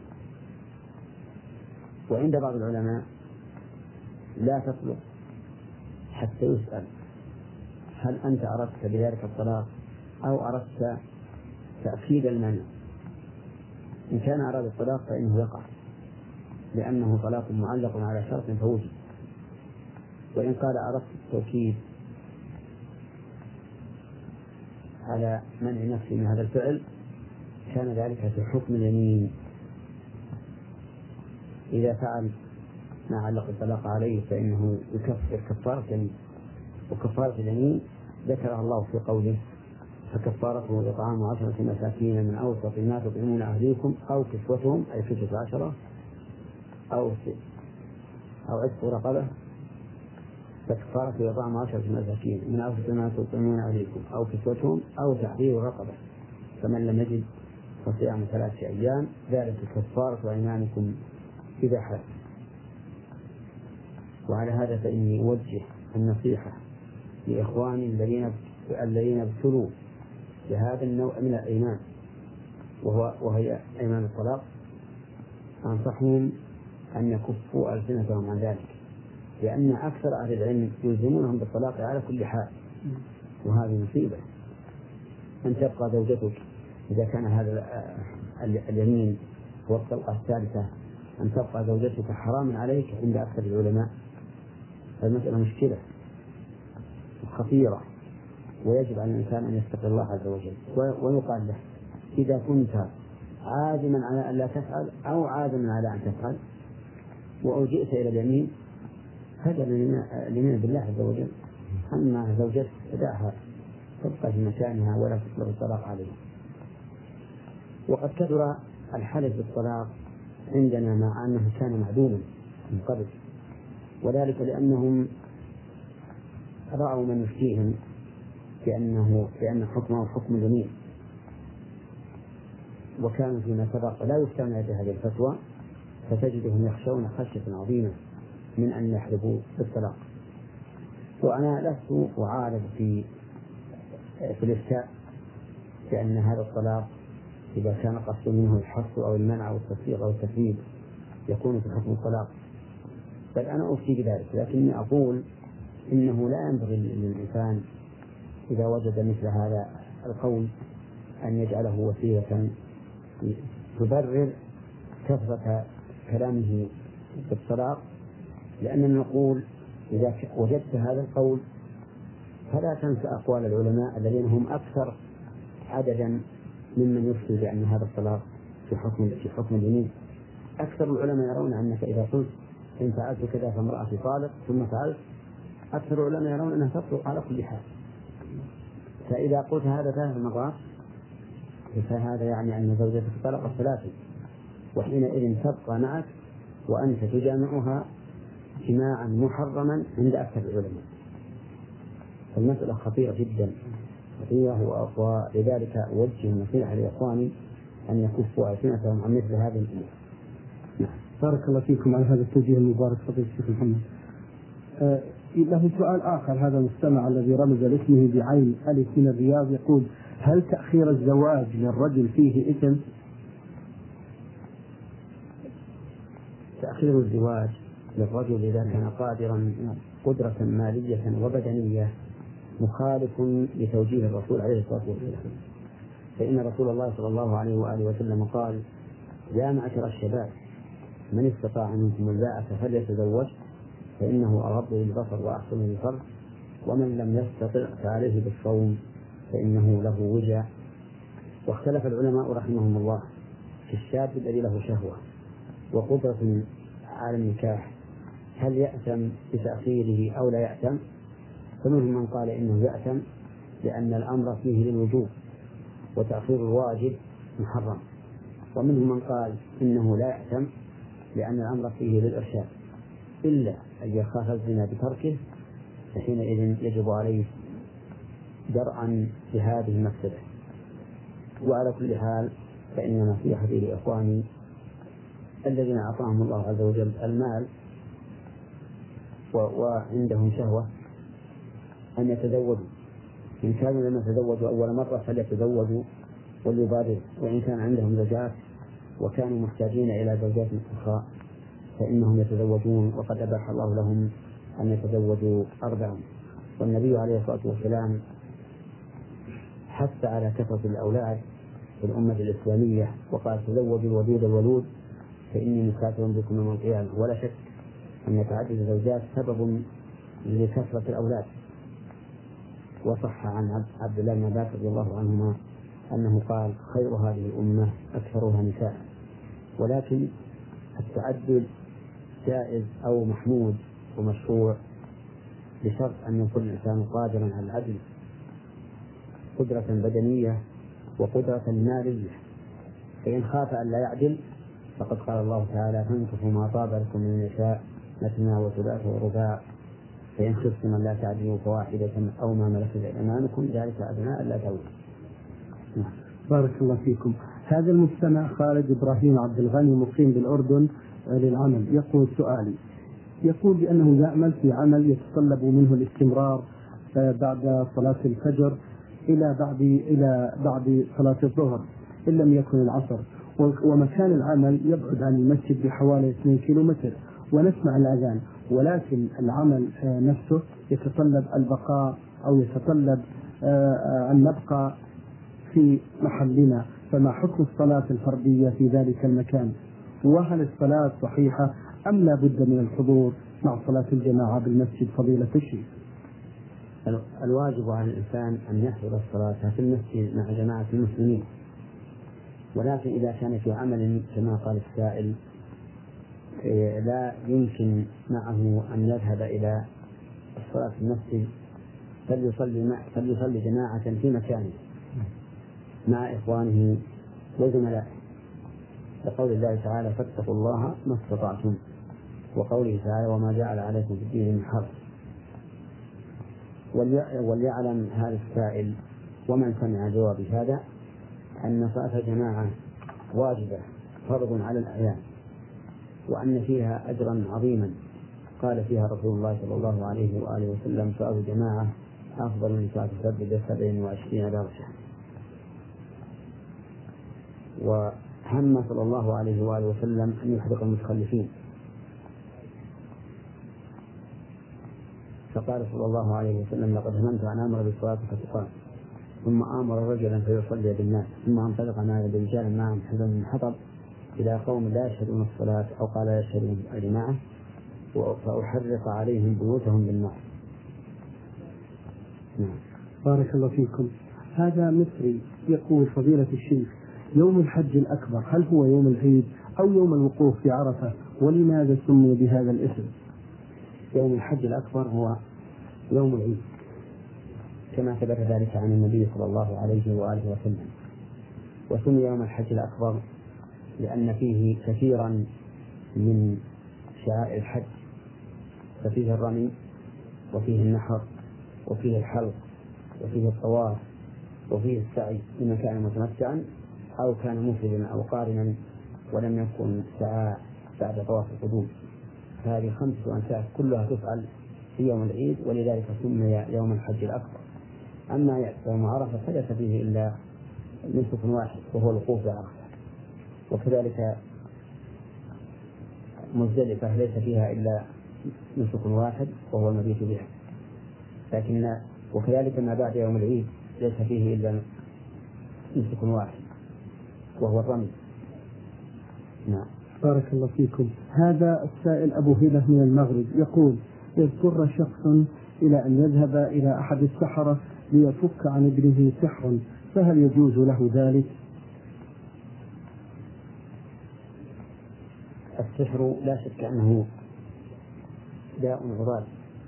وعند بعض العلماء لا تطلق حتى يسأل هل أنت أردت بذلك الطلاق أو أردت تأكيد المنع. إن كان أراد الطلاق فإنه يقع، لأنه طلاق معلق على شرط فوجد. وإن قال أردت التوكيد على منع نفسي من هذا الفعل كان ذلك في حكم اليمين. إذا فعل ما علق الطلاق عليه فإنه يكفر كفارة اليمين، وكفارة اليمين ذكرها الله في قوله فكفارته إطعام 10 مساكين من أوسط ما تطعمون أهليكم أو كسوتهم أي كسوة 10 أو عتق رقبة، فكفارته إطعام 10 مساكين من أوسط ما تطعمون أهليكم أو كسوتهم أو تحرير رقبة، فمن لم يجد فصيام 3 أيام ذلك كفارة أيمانكم إذا حلف. وعلى هذا فإني أوجه النصيحة لإخواني الذين ابتلوا بهذا النوع من الأيمان وهي أيمان الطلاق، أنصحهم أن يكفوا ألسنتهم عن ذلك لأن أكثر أهل العلم يلزمونهم بالطلاق على كل حال، وهذه مصيبة. أن تبقى زوجتك إذا كان هذا اليمين هو الطلقة الثالثة، أن تبقى زوجتك حرام عليك عند أكثر العلماء. المسألة مشكلة خطيرة، ويجب على الإنسان أن يتقي الله عز وجل. ويقال له إذا كنت عازما على أن لا تفعل أو عازما على أن تفعل وألجئت إلى اليمين هذا اليمين بالله عز وجل. أما زوجتك فدعها تبقى في مكانها ولا تطلب الطلاق عليها. وقد كثر الحلف بالطلاق عندنا مع أنه كان معدوما من قبل، وذلك لأنهم رأوا من يفتيهم بأن حكمه حكم اليمين، وكانوا فيما سبق لا يفتون بهذه الفتوى، فتجدهم يخشون خشية عظيمة من أن يحلفوا بالطلاق. وأنا لست أعارض في الإفتاء بأن هذا الطلاق إذا كان قصد منه الحصر أو المنع أو التصديق أو التثبيت يكون في حكم الطلاق، بل أنا أفتي بذلك، لكني أقول إنه لا ينبغي للإنسان إذا وجد مثل هذا القول أن يجعله وسيلة تبرر كثرة كلامه بالطلاق، لأننا نقول إذا وجدت هذا القول فلا تنسى أقوال العلماء الذين هم أكثر عددا ممن يفتي بأن هذا الطلاق في حكم اليمين. أكثر العلماء يرون أنك إذا قلت إن فعلت كذا فامرأتي طالق ثم فعلت، أكثر العلماء يرون أنها تطلق على كل حال. فإذا قلت هذا 3 مرات فهذا يعني أن زوجتك طلقت 3، وحينئذ تبقى معك وأنت تجامعها جماعا محرما عند أكثر العلماء. المسألة خطيرة جدا خطيرة، ولذلك أوجه النصيحة لإخواني أن يكفوا ألسنتهم عن مثل هذه الأمور. بارك الله فيكم على هذا التوجيه المبارك فضيلة الشيخ محمد. له سؤال آخر، هذا المستمع الذي رمز لاسمه بعين ألف من الرياض يقول: هل تأخير الزواج للرجل فيه إثم؟ تأخير الزواج للرجل إذا كان قادرا قدرة مالية وبدنية مخالف لتوجيه الرسول عليه الصلاة والسلام، فإن رسول الله صلى الله عليه وآله وسلم قال: يا معشر الشباب من استطاع منكم الباءة فليتزوج فإنه أغض للبصر وأحسن للفرج، ومن لم يستطع فعليه بالصوم فإنه له وجع. واختلف العلماء رحمهم الله في الشاب الذي له شهوة وقدرة على النكاح هل يأثم بتأخيره أو لا يأثم؟ فمنهم من قال إنه يأثم لأن الأمر فيه للوجوب وتأخير الواجب محرم، ومنهم من قال إنه لا يأثم لأن الأمر فيه للإرشاد، إلا أن يخاف الزنا بتركه فحينئذ يجب عليه درءا لهذه المفسدة. وعلى كل حال فإن نصيحتي لإخواني الذين أعطاهم الله عز وجل المال وعندهم شهوة أن يتزوجوا، إن كانوا لم يتزوجوا أول مرة فليتزوجوا وليبادروا، وإن كان عندهم زوجات وكانوا محتاجين إلى زوجات أخرى فإنهم يتزوجون، وقد أباح الله لهم أن يتزوجوا 4. والنبي عليه الصلاة والسلام حث على كثرة الأولاد في الأمة الإسلامية وقال: تزوجوا الودود الولود فإني مكافر بكم يوم القيامة. ولا شك أن تعدد الزوجات سبب لكثرة الأولاد. وصح عن عبد الله بن عباس رضي الله عنهما أنه قال: خير هذه الأمة أكثرها نساء. ولكن التعدد جائز أو محمود ومشروع بشرط أن يكون الإنسان قادرا على العدل، قدرة بدنية وقدرة مالية، فإن خاف أن لا يعدل فقد قال الله تعالى: فانكحوا ما طاب لكم من النساء مثنى وثلاث ورباع فإن خفتم أن لا تعدلوا فواحدة أو ما ملكت أيمانكم ذلك أدنى ألا تعودوا. بارك الله فيكم. هذا المستمع خالد إبراهيم عبد الغني مقيم بالأردن للعمل يقول سؤالي، يقول بأنه يعمل في عمل يتطلب منه الاستمرار بعد صلاة الفجر إلى بعد صلاة الظهر إن لم يكن العصر، ومكان العمل يبعد عن المسجد بحوالي 2 كيلومتر، ونسمع الأذان ولكن العمل نفسه يتطلب البقاء أو يتطلب أن نبقى في محلنا، فما حكم الصلاة الفردية في ذلك المكان؟ وهل الصلاة صحيحة أم لا بد من الحضور مع صلاة الجماعة بالمسجد فضيلة الشيخ؟ الواجب على الإنسان أن يحضر الصلاة في المسجد مع جماعة المسلمين، ولكن إذا كان في عمل كما قال السائل لا يمكن معه أن يذهب إلى الصلاة في المسجد فليصلي جماعة في مكانه مع إخوانه وزملائه، لقول الله تعالى فاتقوا الله ما استطعتم، وقوله تعالى وما جعل عليكم في الدين من حرج. وليعلم هذا السائل ومن سمع جواب هذا أن صلاة الجماعة واجبة فرض على الأعيان، وأن فيها أجرا عظيما قال فيها رسول الله صلى الله عليه وآله وسلم صلاة الجماعة أفضل من صلاة الفرد ب27 درجة. وهم صلى الله عليه وآله وسلم أن يحرق المتخلفين، فقال صلى الله عليه وسلم لقد هممت أن آمر بالصلاة فتقام، ثم آمر رجلا فيصلي بالناس، ثم انطلق معي برجال معهم حزم من حطب إلى قوم لا يشهدون الصلاة أو قال لا يشهدون الجماعة فأحرق عليهم بيوتهم بالنار. بارك الله فيكم. هذا مصري يقول فضيلة الشيخ يوم الحج الأكبر هل هو يوم العيد أو يوم الوقوف في عرفة، ولماذا سمي بهذا الاسم؟ يوم الحج الأكبر هو يوم العيد كما ثبت ذلك عن النبي صلى الله عليه وآله وسلم، وسمي يوم الحج الأكبر لأن فيه كثيرا من شعائر الحج، ففيه الرمي وفيه النحر وفيه الحلق وفيه الطواف وفيه السعي إما كان متمتعا أو كان مفردا أو قارنا ولم يكن سعى بعد طواف القدوم. فهذه 5 أنساك كلها تفعل في يوم العيد، ولذلك سمي يوم الحج الأكبر. أما يوم عرفة فليس فيه إلا نسك واحد وهو الوقوف بعرفة، وكذلك مزدلفة ليس فيها إلا نسك واحد وهو المبيت بها، وكذلك ما بعد يوم العيد ليس فيه إلا نسك واحد وهو الرمي. نعم. بارك الله فيكم. هذا السائل أبو هبة من المغرب يقول اضطر شخص إلى أن يذهب إلى أحد السحرة ليفك عن ابنه سحر، فهل يجوز له ذلك؟ السحر لا شك أنه داء عضال،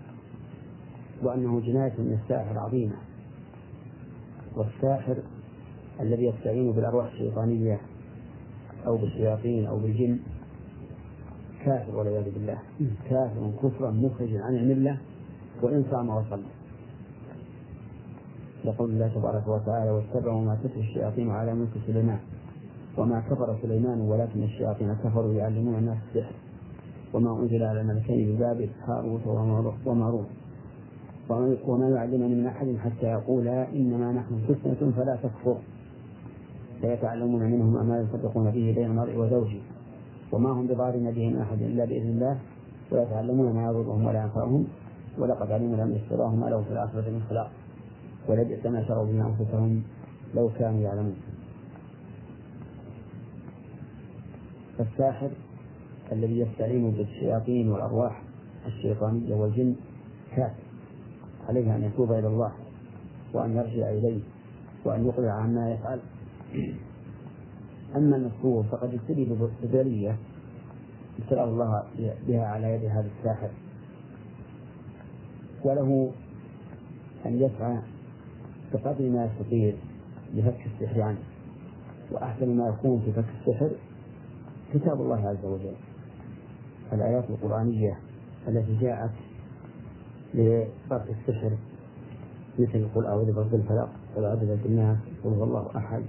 وأنه جناية من الساحر عظيمة، والساحر الذي يستعين بالأرواح الشيطانية أو بالشياطين أو بالجن كافر والعياذ بالله، كافر كفرا مخرجا عن الملة وإن صام وصلى، يقول الله تبارك وتعالى واتبعوا ما تتلو الشياطين على ملك سليمان وما كفر سليمان ولكن الشياطين كفروا يعلمون الناس السحر وما أنزل على الملكين ببابل هاروت وماروت وما يعلمان من أحد حتى يقولا إنما نحن فتنة فلا تكفر، فيتعلمون منهما ما يفرقون به بين المرء وزوجه وما هم بضارين به من أحد إلا بإذن الله ويتعلمون ما يضرهم ولا ينفعهم ولقد علموا لهم اشتراهم ما له في الآخرة من خلاق ولبئس ما شروا به أنفسهم لو كانوا يعلمون. فالساحر الذي يستعين بالشياطين والأرواح الشيطانية والجن كافر، عليه أن يتوب إلى الله وأن يرجع إليه وأن يقلع عما يفعل. أما المذكور فقد ابتلي ببلية ابتلى الله بها على يد هذا الساحر، وله أن يسعى بقدر ما يستطيع لفك السحر عنه، وأحسن ما يكون في فك السحر كتاب الله عز وجل، الآيات القرآنية التي جاءت لفك السحر مثل قل أعوذ برب الفلق قل أعوذ برب الناس قل هو الله أحد،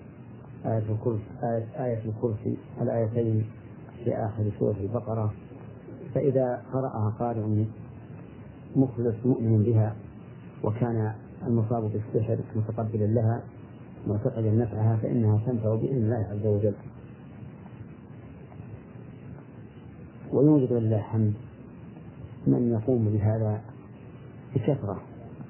آية الكرسي الآيتين في آخر سورة البقرة، فإذا قرأها قارئ مخلص مؤمن بها وكان المصاب بالسحر متقبلا لها معتقدا نفعها فإنها تنفع بإذن الله عز وجل. ويوجد لله الحمد من يقوم بهذا بكثرة،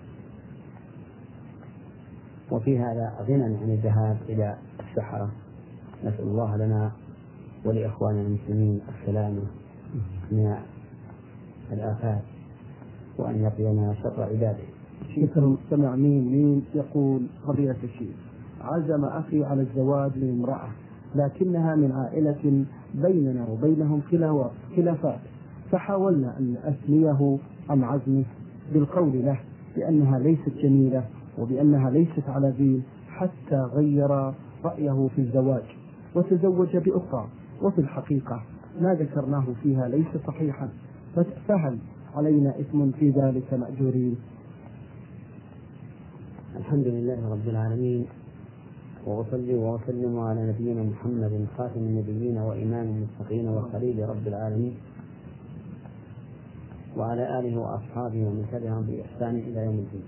وفي هذا غنى عن الذهاب إلى السحرة. نسأل الله لنا ولإخواننا المسلمين السلامة من الآفات، وأن يقينا شر عباده. شيخ المستمع مين يقول: فضيلة الشيخ، عزم أخي على الزواج من امرأة، لكنها من عائلة بيننا وبينهم خلافات، فحاولنا أن أثنيه عن عزمه بالقول له بأنها ليست جميلة وبأنها ليست على دين، حتى غير رأيه في الزواج وتزوج بأخرى، وفي الحقيقة ما ذكرناه فيها ليس صحيحا، فهل علينا إثم في ذلك مأجورين؟ الحمد لله رب العالمين، وأصلي وأسلم على نبينا محمد خاتم النبيين وإمام المتقين وخليل رب العالمين، وعلى آله وأصحابه ومن تبعهم بإحسان إلى يوم الدين.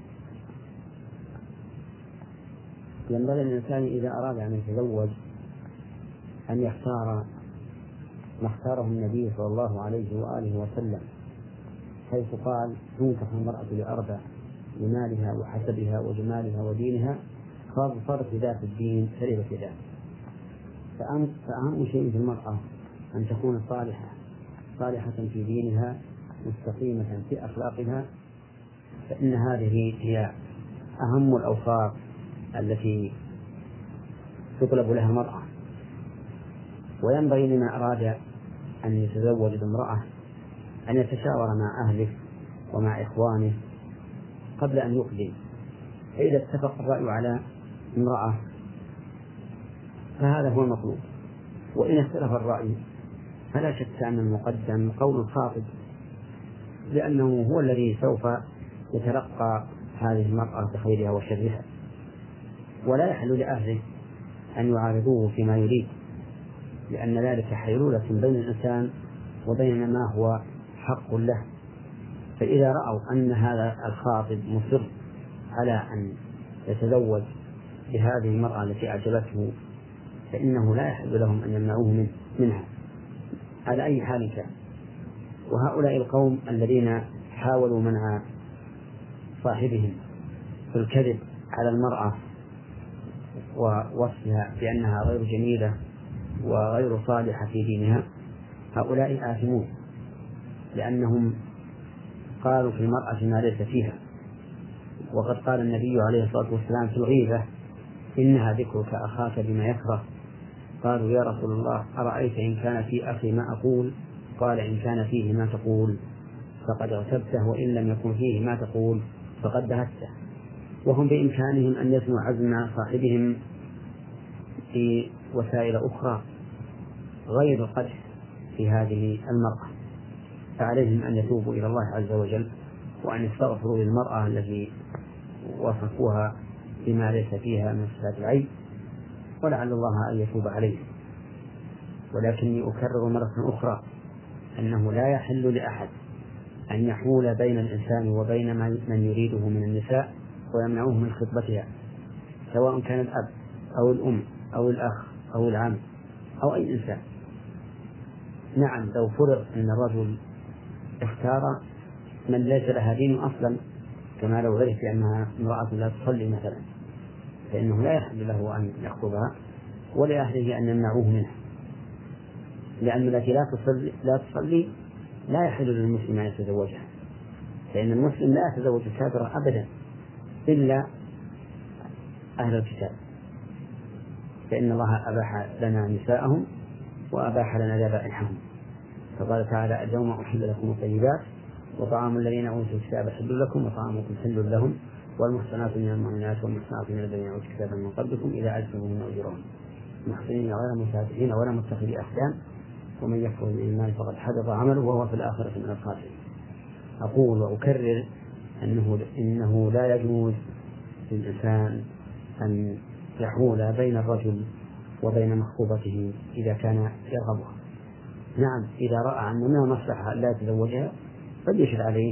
ينبغي للإنسان إذا أراد أن يتزوج أن يختار ما اختاره النبي صلى الله عليه وآله وسلم، حيث قال: تنكح المرأة لأربع: لمالها وحسبها وجمالها ودينها، فاظفر بذات الدين تربت يداه. فأهم شيء في المرأة أن تكون صالحة في دينها، مستقيمة في أخلاقها، فإن هذه هي أهم الأوصاف التي تطلب لها المرأة. وينبغي لمن أراد أن يتزوج بامرأة أن يتشاور مع أهله ومع إخوانه قبل أن يقدم، فإذا اتفق الرأي على امرأة فهذا هو المطلوب، وإن اختلف الرأي فلا شك أن المقدم قول الخاطب، لأنه هو الذي سوف يتلقى هذه المرأة بخيرها وشرها، ولا يحل لأهله أن يعارضوه فيما يريد، لأن ذلك حيلولة بين الإنسان وبين ما هو حق له. فإذا رأوا أن هذا الخاطب مصر على أن يتزوج بهذه المرأة التي أعجبته، فإنه لا يحل لهم أن يمنعوه منها على أي حال كان. وهؤلاء القوم الذين حاولوا منع صاحبهم في الكذب على المرأة ووصفها بأنها غير جميلة وغير صالحة في دينها، هؤلاء آثمون، لأنهم قالوا في المرأة ما ليس فيها. وقد قال النبي عليه الصلاة والسلام في الغيبة: إنها ذكرك أخاك بما يكره. قالوا: يا رسول الله، أرأيت إن كان في أخي ما أقول؟ قال: إن كان فيه ما تقول فقد اغتبته، وإن لم يكن فيه ما تقول فقد بهته. وهم بإمكانهم أن يثنوا عزم صاحبهم في وسائل أخرى غير القدح في هذه المرأة، فعليهم أن يتوبوا إلى الله عز وجل وأن يستغفروا للمرأة التي وصفوها بما ليس فيها من صفات العيب، ولعل الله أن يتوب عليه. ولكني أكرر مرة أخرى أنه لا يحل لأحد أن يحول بين الإنسان وبين من يريده من النساء ويمنعوه من خطبتها، سواء كان الأب أو الأم أو الأخ أو العم أو أي إنسان. نعم، لو فرض أن الرجل اختار من ليس لها دين أصلا، كما لو عرف أنها امرأة لا تصلي مثلا، فإنه لا يحل له أن يخطبها ولأهله أن يمنعوه منها، لأن التي لا تصلي لا يحل للمسلم أن يتزوجها، فإن المسلم لا يتزوج الكافر أبدا إلا أهل الكتاب، فإن الله أباح لنا نساءهم وأباح لنا ذبائحهم. فقال تعالى: اليوم أحل لكم الطيبات وطعام الذين أوتوا الكتاب حل لكم وطعامكم حل لهم والمحصنات من المؤمنات والمحصنات من الذين أوتوا الكتاب من قبلكم إذا أجتموهن أجورهن محصنين غير مسافحين ولا متخذي أخدان ومن يكفر بالإيمان فقد حبط عمله وهو في الآخرة من الخاسرين. أقول وأكرر إنه لا يجوز للإنسان أن يحول بين الرجل وبين مخطوبته إذا كان يرغبها. نعم، إذا رأى أن منها مصلحة لا يتزوجها فليشهد عليه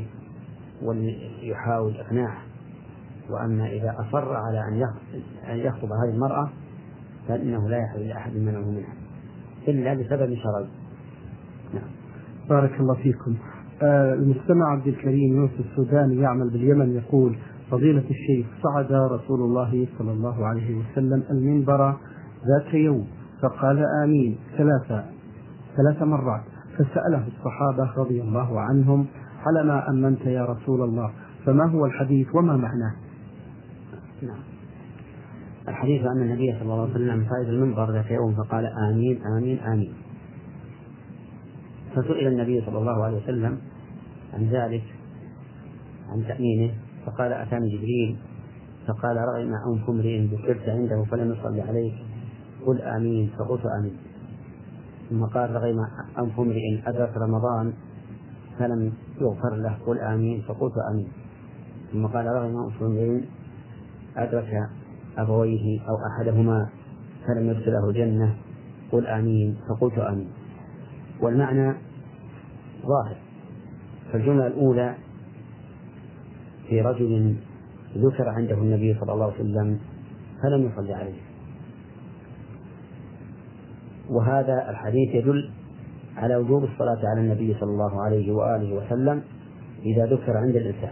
ويحاول إقناعه، وأما إذا أصر على أن يخطب هذه المرأة فإنه لا يحل لأحد منعه منها إلا بسبب شرعي. نعم. بارك الله فيكم. المستمع عبد الكريم يوسف السوداني يعمل باليمن يقول: فضيلة الشيخ، صعد رسول الله صلى الله عليه وسلم المنبر ذات يوم فقال آمين ثلاث مرات، فسأله الصحابة رضي الله عنهم: على ما أمنت يا رسول الله؟ فما هو الحديث وما معناه؟ نعم. الحديث أن النبي صلى الله عليه وسلم صعد المنبر ذات يوم فقال آمين آمين آمين، فسئل النبي صلى الله عليه وسلم عن ذلك، عن تأمينه، فقال: أتاني جبريل فقال: رغم أنف امرئ ذكرت عنده فلم يصلي عليك قل آمين فقلت آمين. ثم قال: رغم أنف امرئ أدرك رمضان فلم يغفر له قل آمين فقلت آمين. ثم قال: رغم أنف امرئ أدرك أبويه أو أحدهما فلم يدخله الجنة قل آمين فقلت آمين. والمعنى ظاهر. فالجملة الأولى في رجل ذكر عنده النبي صلى الله عليه وسلم فلم يصلي عليه، وهذا الحديث يدل على وجوب الصلاة على النبي صلى الله عليه وآله وسلم إذا ذكر عند الإنسان،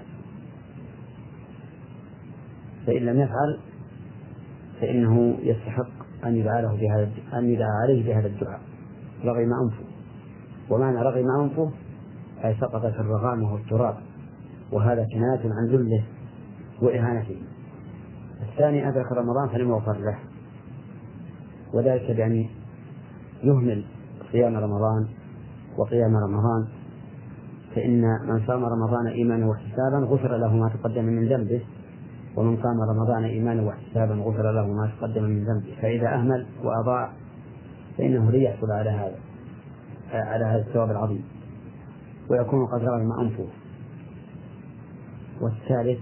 فإن لم يفعل فإنه يستحق أن يدعى عليه بهذا الدعاء رغم أنفه. ومعنى رغم أنفه أي سقط في الرغام وهو التراب، وهذا كناية عن ذله وإهانته. الثاني أدرك رمضان فلم يغفر له، وذلك بأن يهمل صيام رمضان وقيام رمضان، فإن من صام رمضان إيمانا واحتسابا غفر له ما تقدم من ذنبه، ومن قام رمضان إيمانا واحتسابا غفر له ما تقدم من ذنبه. فإذا أهمل وأضاع فإنه ليحصل على هذا الثواب العظيم ويكون قد رغم أنفه. والثالث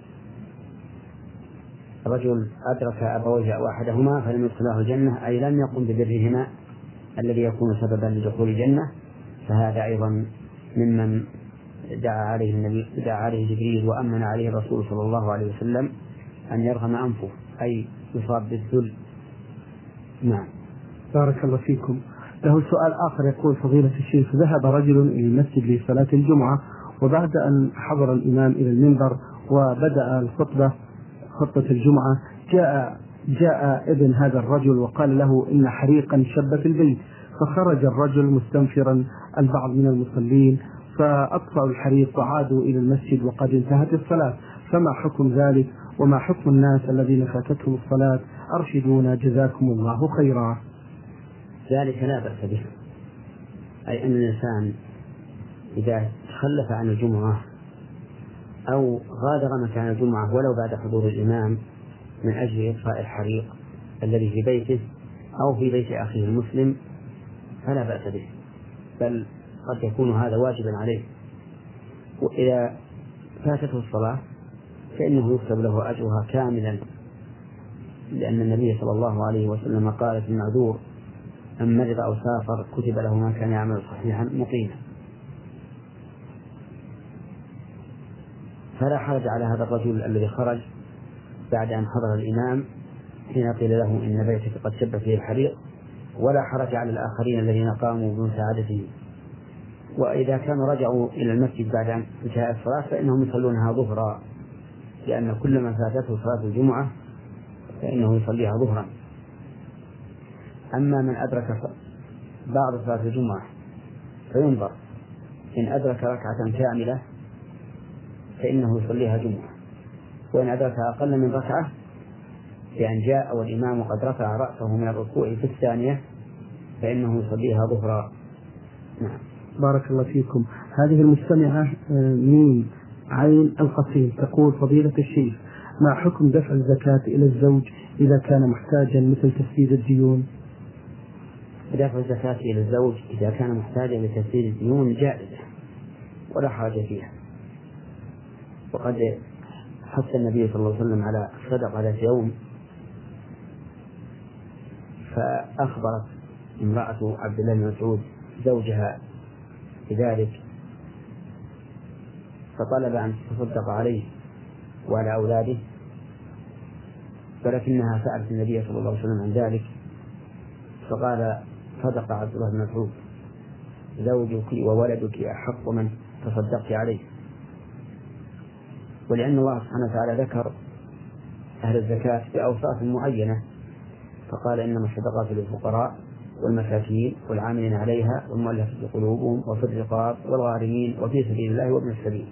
رجل أدرك أبويه أو أحدهما فلم يدخله الجنة، أي لم يقم ببرهما الذي يكون سببا لدخول الجنة، فهذا أيضا ممن دعا عليه جبريل وأمن عليه الرسول صلى الله عليه وسلم أن يرغم أنفه، أي يصاب بالذل. نعم. بارك الله فيكم. له سؤال آخر يقول: فضيلة الشيخ، ذهب رجل إلى المسجد لصلاة الجمعة، وبعد أن حضر الإمام إلى المنبر وبدأ خطبة الجمعة جاء ابن هذا الرجل وقال له إن حريقا شب في البيت، فخرج الرجل مستنفرا البعض من المصلين فأطفأوا الحريق وعادوا إلى المسجد وقد انتهت الصلاة، فما حكم ذلك وما حكم الناس الذين فاتتهم الصلاة؟ أرشدونا جزاكم الله خيرا. ذلك لا بأس به، أي أن الإنسان إذا تخلف عن الجمعة أو غادر مكان الجمعة ولو بعد حضور الإمام من أجل إطفاء الحريق الذي في بيته أو في بيت أخيه المسلم فلا بأس به، بل قد يكون هذا واجبا عليه. وإذا فاتته الصلاة فإنه يكتب له أجرها كاملا، لأن النبي صلى الله عليه وسلم قال في المعذور: من مرض أو سافر كتب له ما كان يعمل صحيحا مقيما. فلا حرج على هذا الرجل الذي خرج بعد أن حضر الإمام حين قيل له إن بيتك قد شب فيه الحريق، ولا حرج على الآخرين الذين قاموا بمساعدته. وإذا كانوا رجعوا إلى المسجد بعد انتهاء الصلاة فإنهم يصلونها ظهرا، لأن كل من فاتته صلاة الجمعة فإنه يصليها ظهرا. أما من أدرك بعض صلاة الجمعة فينظر، إن أدرك ركعة كاملة فإنه يصليها جمعة، وإن أدرك أقل من ركعة بأن جاء والإمام قد رفع رأسه من الركوع في الثانية فإنه يصليها ظهرا. نعم. بارك الله فيكم. هذه المستمعة ميم عين القصيم تقول: فضيلة الشيخ، ما حكم دفع الزكاة إلى الزوج إذا كان محتاجا مثل تسديد الديون؟ دفع الزكاة إلى الزوج إذا كان محتاجا لتسديد الديون جائزة ولا حرج فيها، وقد حث النبي صلى الله عليه وسلم على الصدقة ذات يوم، فأخبرت امرأة عبد الله بن مسعود زوجها بذلك فطلب أن تصدق عليه وعلى أولاده، ولكنها سألت النبي صلى الله عليه وسلم عن ذلك فقال: صدق عبد الله بن مسعود، زوجك وولدك تصدقت عليه. ولأن الله سبحانه وتعالى ذكر أهل الزكاة بأوصاف معينة، فقال إنما الصدقات للفقراء والمساكين والعاملين عليها والمؤلفة قلوبهم وفي الرقاب والغارمين وفي سبيل الله وابن السبيل.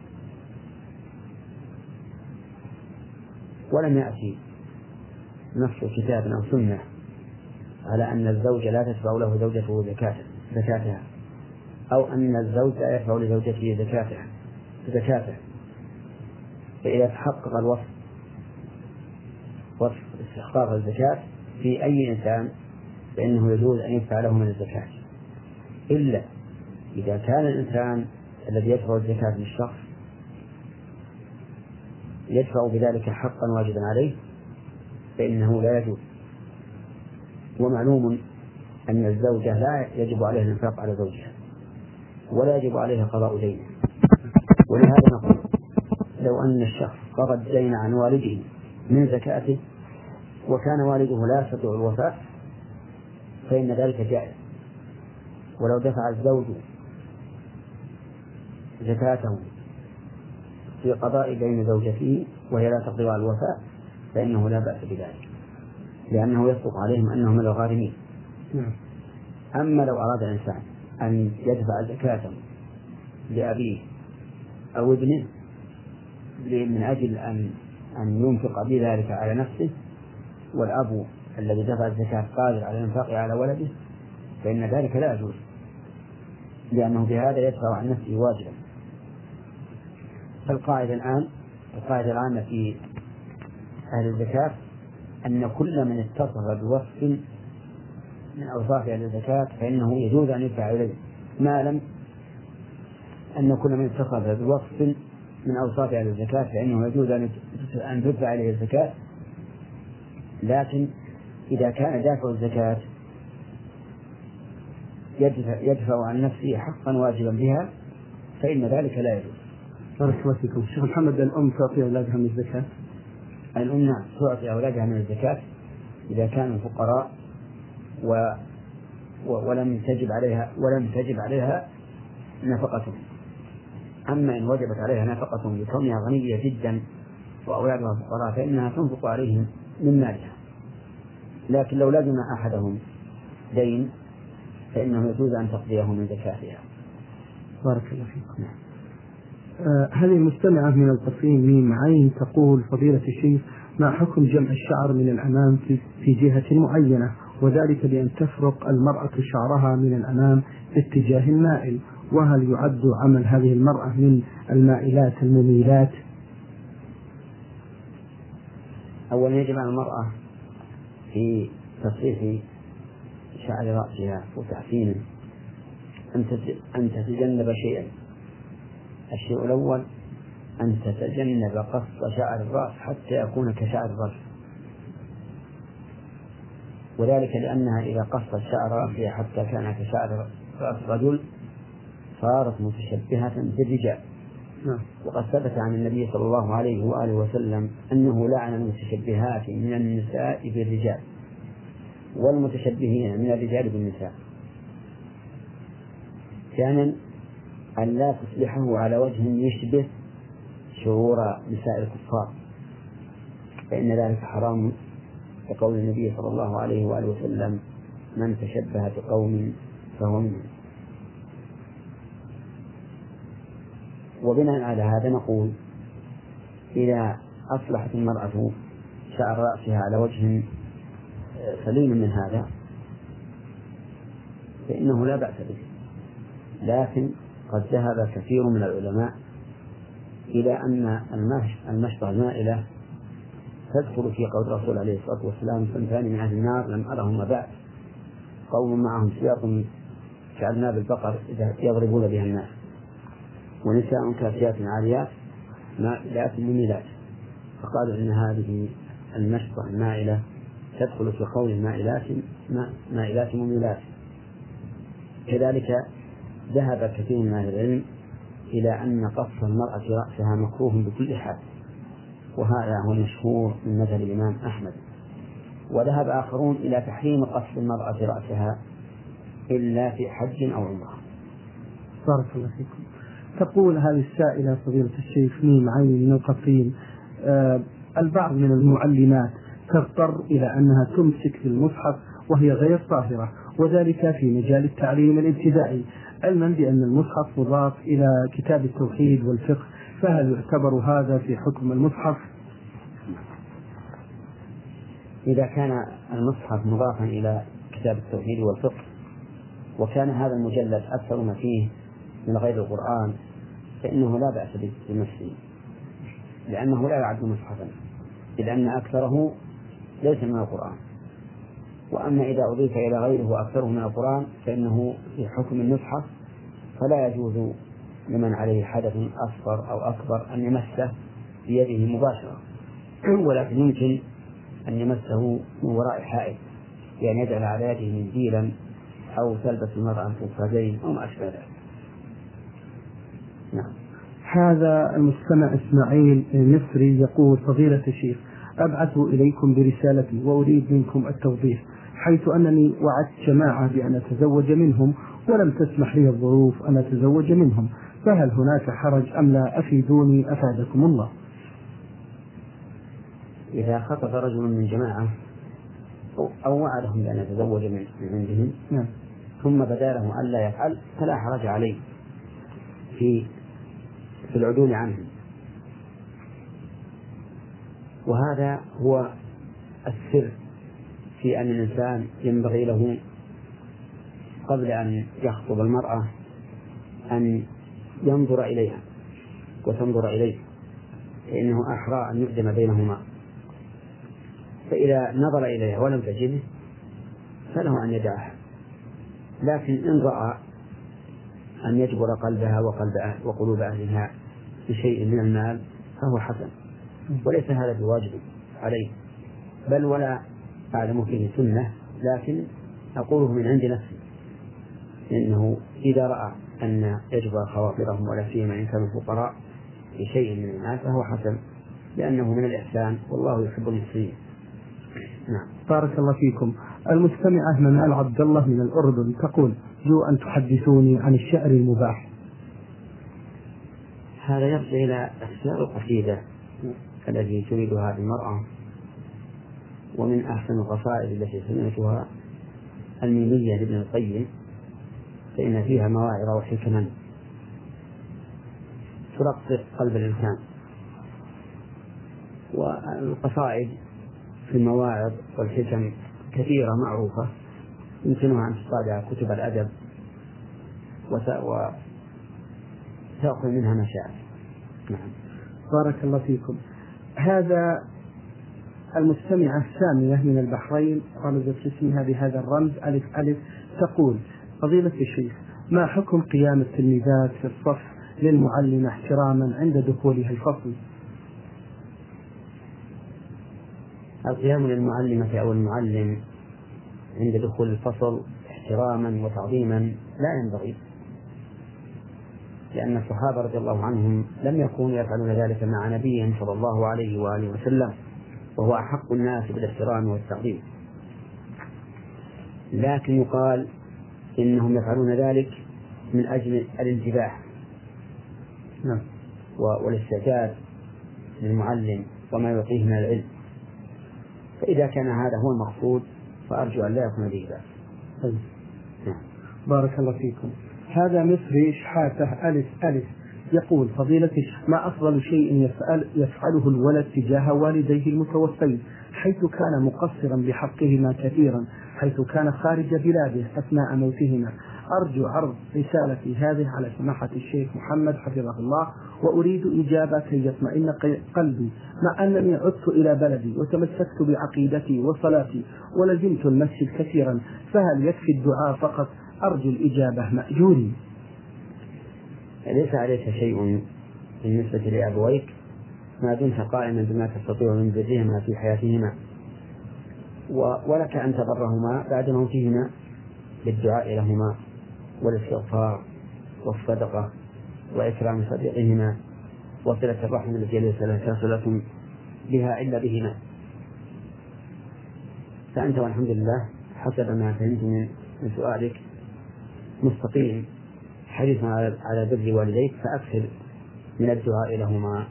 ولم يأتي نص كتاب أو سنة على أن الزوج لا تدفع له زوجته زكاتها، أو أن الزوج لا يدفع لزوجته زكاته. فإذا تحقق الوصف وصف استحقاق الزكاة في أي إنسان فإنه يجوز أن يدفع له من الزكاة، إلا إذا كان الإنسان الذي يدفع الزكاة للشخص يدفع بذلك حقا واجبا عليه فإنه لا يجوز. ومعلوم أن الزوجة لا يجب عليها الإنفاق على زوجها ولا يجب عليها قضاء دينه. ولهذا نقول لو أن الشخص قضى الدين عن والده من زكاته وكان والده لا يستطيع الوفاء فإن ذلك جائز. ولو دفع الزوج زكاته في قضاء دين زوجته وهي لا تقدر على الوفاء فإنه لا بأس بذلك، لأنه يصدق عليهم أنهم من الغارمين. أما لو أراد الإنسان أن يدفع زكاة لأبيه أو ابنه من أجل أن ينفق بذلك على نفسه، والأب الذي دفع الزكاة قادر على الإنفاق على ولده، فإن ذلك لا يجوز، لأنه بهذا يدفع عن نفسه واجبا. فالقاعدة القاعدة العامة في أهل الزكاة أن كل من اتصف بوصف من أوصاف أهل الزكاة فإنه يجوز أن يدفع إليه، ما لم أن كل من اتصف بوصف من أوصاف أهل الزكاة فإنه يجوز أن تدفع إليه الزكاة. لكن إذا كان دافع الزكاة يدفع عن نفسه حقا واجبا بها فإن ذلك لا يجوز. بارك الله فيكم. شيخ محمد، الأم تعطي أولادها من الزكاة؟ الأم نعم تعطي أولادها من الزكاة إذا كانوا فقراء ولم تجب عليها نفقتهم. أما إن وجبت عليها نفقتهم لكونها غنية جدا وأولادها فقراء فإنها تنفق عليهم من مالها. لكن لو لزم أحدهم دين فإنه يجوز أن تقضيه من زكاتها. بارك الله فيكم. هذه المستمعة من القصيم ميم عين تقول: فضيلة الشيخ، ما حكم جمع الشعر من الأمام في جهة معينة، وذلك بأن تفرق المرأة شعرها من الأمام في اتجاه مائل، وهل يعد عمل هذه المرأة من المائلات المميلات؟ أولا يجب على المرأة في تصحيح شعر رأسها وتحسينه أن تتجنب شيئا. الشيء الأول أن تتجنب قص شعر الرأس حتى يكون كشعر الرجل، وذلك لأنها إذا قصت شعر رأسها حتى كان كشعر رأس الرجل صارت متشبهة بالرجال. وقد ثبت عن النبي صلى الله عليه وآله وسلم أنه لعن المتشبهات من النساء بالرجال والمتشبهين من الرجال بالنساء. ثانيا أن لا تصلحه على وجه يشبه شعور نساء الكفار، فإن ذلك حرام، كقول النبي صلى الله عليه وآله وسلم: من تشبه بقوم فهو منهم. وبناء على هذا نقول: إذا أصلحت المرأة شعر رأسها على وجه سليم من هذا فإنه لا بأس به. لكن قد ذهب كثير من العلماء إلى أن المشطة المائلة تدخل في قول الرسول عليه الصلاة والسلام: صنفان من أهل النار لم أرهما بعد، قوم معهم سياط كأذناب البقر يضربون بها الناس، ونساء كاسيات عاريات مائلات مميلات. فقالوا إن هذه المشطة المائلة تدخل في قول مائلات مميلات. كذلك ذهب كثير من أهل العلم إلى أن قص المرأة رأسها مكروه بكل حال، وهذا هو المشهور من مذهب الإمام أحمد. وذهب آخرون إلى تحريم قص المرأة رأسها إلا في حج أو عمرة. بارك الله فيكم. تقول هذه السائلة فضيلة الشيخ ميم عين من القصيم: البعض من المعلمات تضطر إلى أنها تمسك بالمصحف وهي غير طاهرة، وذلك في مجال التعليم الابتدائي، علما بأن المصحف مضاف إلى كتاب التوحيد والفقه، فهل يعتبر هذا في حكم المصحف؟ إذا كان المصحف مضافا إلى كتاب التوحيد والفقه وكان هذا المجلد أكثر ما فيه من غير القرآن فإنه لا بأس بمسحه، لأنه لا يعد مصحفا، إذ أن أكثره ليس من القرآن. وأما إذا أضيف إلى غيره وأكثره من القرآن فإنه في حكم المصحف، فلا يجوز لمن عليه حدث أصغر أو أكبر أن يمسه بيده مباشرة، ولكن يمكن أن يمسه من وراء حائط، يعني يجعل على يده منديلا أو تلبس المرأة قفازين أو ما أشبه ذلك. نعم. هذا المستمع إسماعيل المصري يقول: فضيلة الشيخ، أبعث إليكم برسالتي وأريد منكم التوضيح، حيث أنني وعدت جماعة بأن أتزوج منهم ولم تسمح لي الظروف أن أتزوج منهم، فهل هناك حرج أم لا؟ أفيدوني أفادكم الله. إذا خطب رجل من جماعة أو وعدهم بأن يتزوج من عندهم ثم بدا له أن لا يفعل فلا حرج عليه في العدول عنهم، وهذا هو السر في أن الإنسان ينبغي له قبل أن يخطب المرأة أن ينظر إليها وتنظر إليه، فإنه أحرى أن يقدم بينهما. فإذا نظر إليها ولم تجده فله أن يدعها، لكن إن رأى أن يجبر قلبها وقلوب أهلها بشيء من المال فهو حسن، وليس هذا بواجب عليه، بل ولا أعلم فيه سنة، لكن أقوله من عند نفسي، إنه إذا رأى أن يجبر خواطرهم ولا سيما إن كانوا فقراء بشيء من المال فهو حسن، لأنه من الإحسان والله يحب المحسنين. نعم. بارك الله فيكم. المستمعة منال عبد الله من الأردن تقول: جو أن تحدثوني عن الشعر المباح. هذا يرجع إلى أشياء القصيدة التي تريدها المرأة، ومن أحسن القصائد التي سمعتها الميمية لابن القيم، فإن فيها مواعظ وحكما ترقق قلب الإنسان. والقصائد في المواعظ والحكم كثيرة معروفة يمكنها أن تطالع كتب الأدب وتأخذ منها ما شاء. نعم. بارك الله فيكم. هذا المستمعة سامية من البحرين رمزت اسمها بهذا الرمز ألف ألف تقول: فضيلة الشيخ، ما حكم قيام التلميذات في الصف للمعلمة احتراما عند دخولها الفصل؟ القيام للمعلمة أو المعلم عند دخول الفصل احتراما وتعظيما لا ينبغي، لأن الصحابة رضي الله عنهم لم يكونوا يفعلون ذلك مع نبيهم صلى الله عليه وآله وسلم، وهو أحق الناس بالاحترام والتعظيم، لكن يقال إنهم يفعلون ذلك من أجل الانتباه والاستعداد للمعلم وما يعطيه من العلم، فإذا كان هذا هو المقصود فأرجو أن لا يكون به بأس. بارك الله فيكم. هذا مصري شحاته ألف ألف يقول: فضيلة الشيخ، ما أفضل شيء يفعله الولد تجاه والديه المتوفين، حيث كان مقصرا بحقهما كثيرا، حيث كان خارج بلاده أثناء موتهما؟ أرجو عرض رسالتي هذه على سماحة الشيخ محمد حفظه الله، وأريد إجابة كي يطمئن قلبي، مع أنني عدت إلى بلدي وتمسكت بعقيدتي وصلاتي ولزمت المسجد كثيرا، فهل يكفي الدعاء فقط؟ أرجو الإجابة مأجوري. ليس عليك شيء بالنسبة لأبويك ما دمت قائما بما تستطيع من برهما في حياتهما، ولك أن تبرهما بعد موتهما بالدعاء لهما والاستغفار والصدقة وإكرام صديقهما وصلة الرحم التي ليس لك صلة بها إلا بهما. فأنت والحمد لله حسب ما فهمت من سؤالك مستقيم حريصا على بر والديك فأكثر من الدعاء لهما،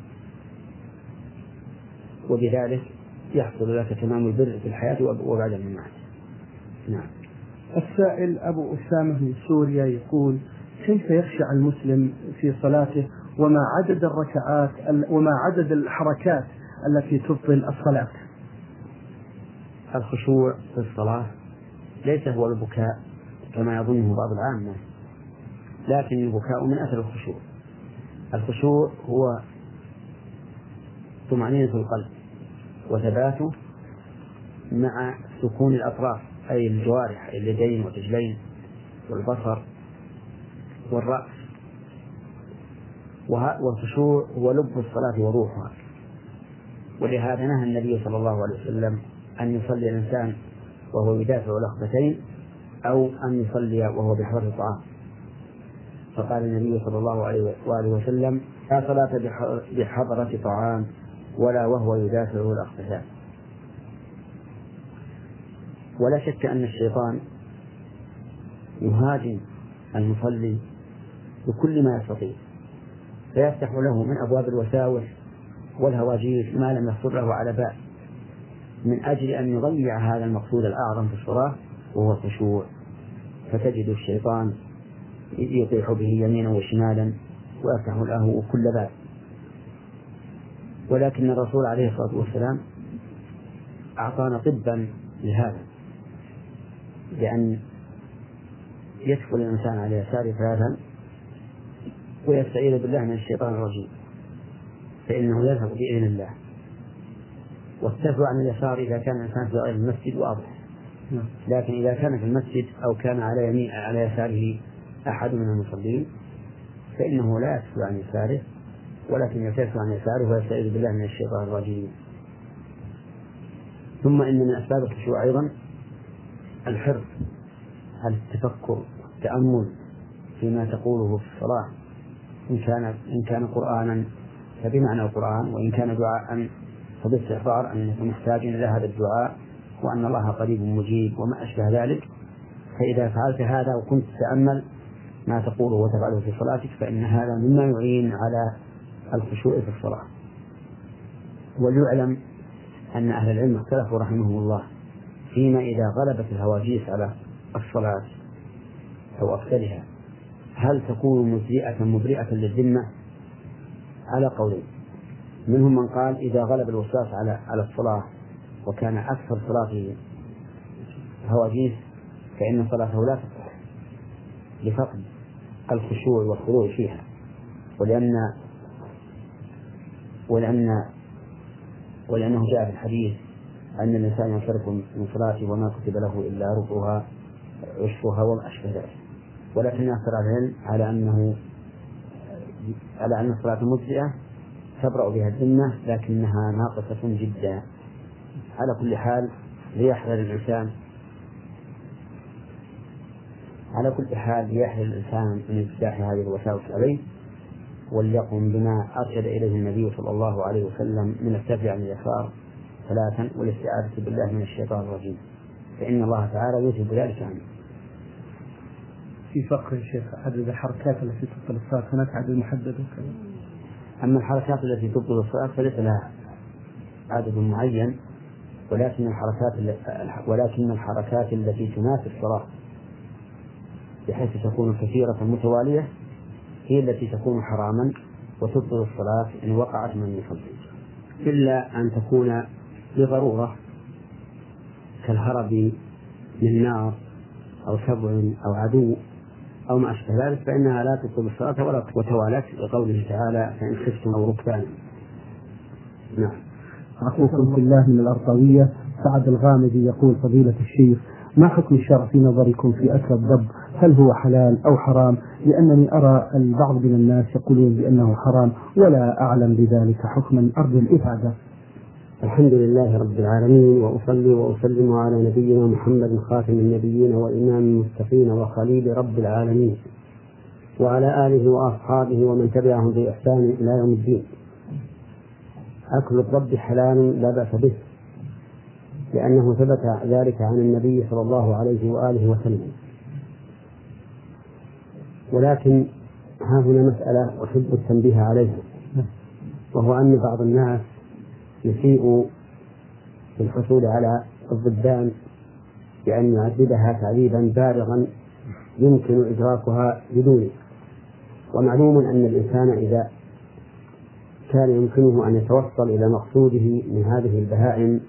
وبذلك يحصل لك تمام البر في الحياة وبعد الممات. نعم. السائل أبو أسامة من سوريا يقول: كيف يخشع المسلم في صلاته وما عدد الركعات وما عدد الحركات التي تبطل الصلاة؟ الخشوع في الصلاة ليس هو البكاء كما يظنه بعض العامة، لكن البكاء من أثر الخشوع. الخشوع هو طمأنينة القلب وثباته مع سكون الأطراف، أي الجوارح، اليدين والرجلين والبصر والرأس. والخشوع هو لب الصلاة وروحها، ولهذا نهى النبي صلى الله عليه وسلم أن يصلي الإنسان وهو يدافع الأخبتين، أو أن يصلي وهو بحضرة طعام. فقال النبي صلى الله عليه وآله وسلم: لا صلاة بحضرة طعام ولا وهو يدافع الأخبتان. ولا شك أن الشيطان يهاجم المصلي بكل ما يستطيع، فيفتح له من أبواب الوساوس والهواجيس ما لم يخطر له على بال، من أجل أن يضيع هذا المقصود الأعظم في الصلاة وهو الخشوع. فتجد الشيطان يطيح به يمينا وشمالا ويفتح له كل باب. ولكن الرسول عليه الصلاة والسلام أعطانا طبا لهذا، بأن يدخل الإنسان على يساره ثلاثا ويستعيذ بالله من الشيطان الرجيم، فإنه يذهب بإذن الله. والتفع عن اليسار إذا كان الإنسان في غير المسجد واضح، لكن إذا كان في المسجد أو كان على يساره أحد من المصلين فإنه لا يتفع عن يساره، ولكن يتفع عن يساره ويستعيذ بالله من الشيطان الرجيم. ثم إن من أسباب الخشوع أيضا الحرص على التفكر والتأمل فيما تقوله في الصلاة، إن كان قرآنا فبمعنى القرآن، وإن كان دعاء فباستحضار أنك محتاج إلى هذا الدعاء وأن الله قريب مجيب وما أشبه ذلك. فإذا فعلت هذا وكنت تتأمل ما تقوله وتفعله في صلاتك فإن هذا مما يعين على الخشوع في الصلاة. وليعلم أن أهل العلم اختلفوا رحمهم الله فيما إذا غلبت الهواجيس على الصلاة أو أكثرها هل تكون مبرئة للذمة؟ على قولين. منهم من قال إذا غلب الوسواس على الصلاة وكان أكثر صلاته هواجيس فإن صلاته لا تصح لفقد الخشوع والخضوع فيها، ولأنه جاء في الحديث أن الإنسان ينصرف من صلاته وما كتب له إلا ربعها عشرها وما أشبه ذلك. ولكن أكثر العلم على أن الصلاة مجزئة تبرأ بها الذمة، لكنها ناقصة جدا. على كل حال ليحذر الإنسان من افتتاح هذه الوساوس عليه، وليقم بما أرشد إليه النبي صلى الله عليه وسلم من التفع عن اليسار ثلاثا والاستعاذة بالله من الشيطان الرجيم، فإن الله تعالى يوجب ذلك عنه. في فقه يا شيخ عدد الحركات التي تبطل الصلاة هناك عدد محدد وكذا؟ أما الحركات التي تبطل الصلاة فليس لها عدد معين، ولكن الحركات التي تنافي الصلاة بحيث تكون كثيرة متوالية هي التي تكون حراما وتبطل الصلاة إن وقعت من المصلي، إلا أن تكون لضرورة كالهرب من نار أو سبع أو عدو أو ما أشبه ذلك فإنها لا تبطل الصلاة ولا وتوالت، لقوله تعالى فإن خفتم أو ركبانا. نعم. أخوكم في الله من الأرطوية سعد الغامدي يقول: فضيلة الشيخ، ما حكم الشرع في نظركم في أكل الضب؟ هل هو حلال أو حرام؟ لأنني أرى البعض من الناس يقولون بأنه حرام ولا أعلم بذلك حكما، أرجو الإفادة. الحمد لله رب العالمين، وأصلي وأسلم على نبينا محمد خاتم النبيين وإمام المتقين وخليل رب العالمين وعلى آله وأصحابه ومن تبعهم بإحسان إلى يوم الدين. أكل الضب حلال لا بأس به، لأنه ثبت ذلك عن النبي صلى الله عليه وآله وسلم، ولكن ها هنا مسألة أحب التنبيه عليها، وهو أن بعض الناس يسيء في الحصول على الضدان بأن يعذبها تعذيبا بالغا يمكن إدراكها بدونه. ومعلوم أن الإنسان إذا كان يمكنه أن يتوصل إلى مقصوده من هذه البهائم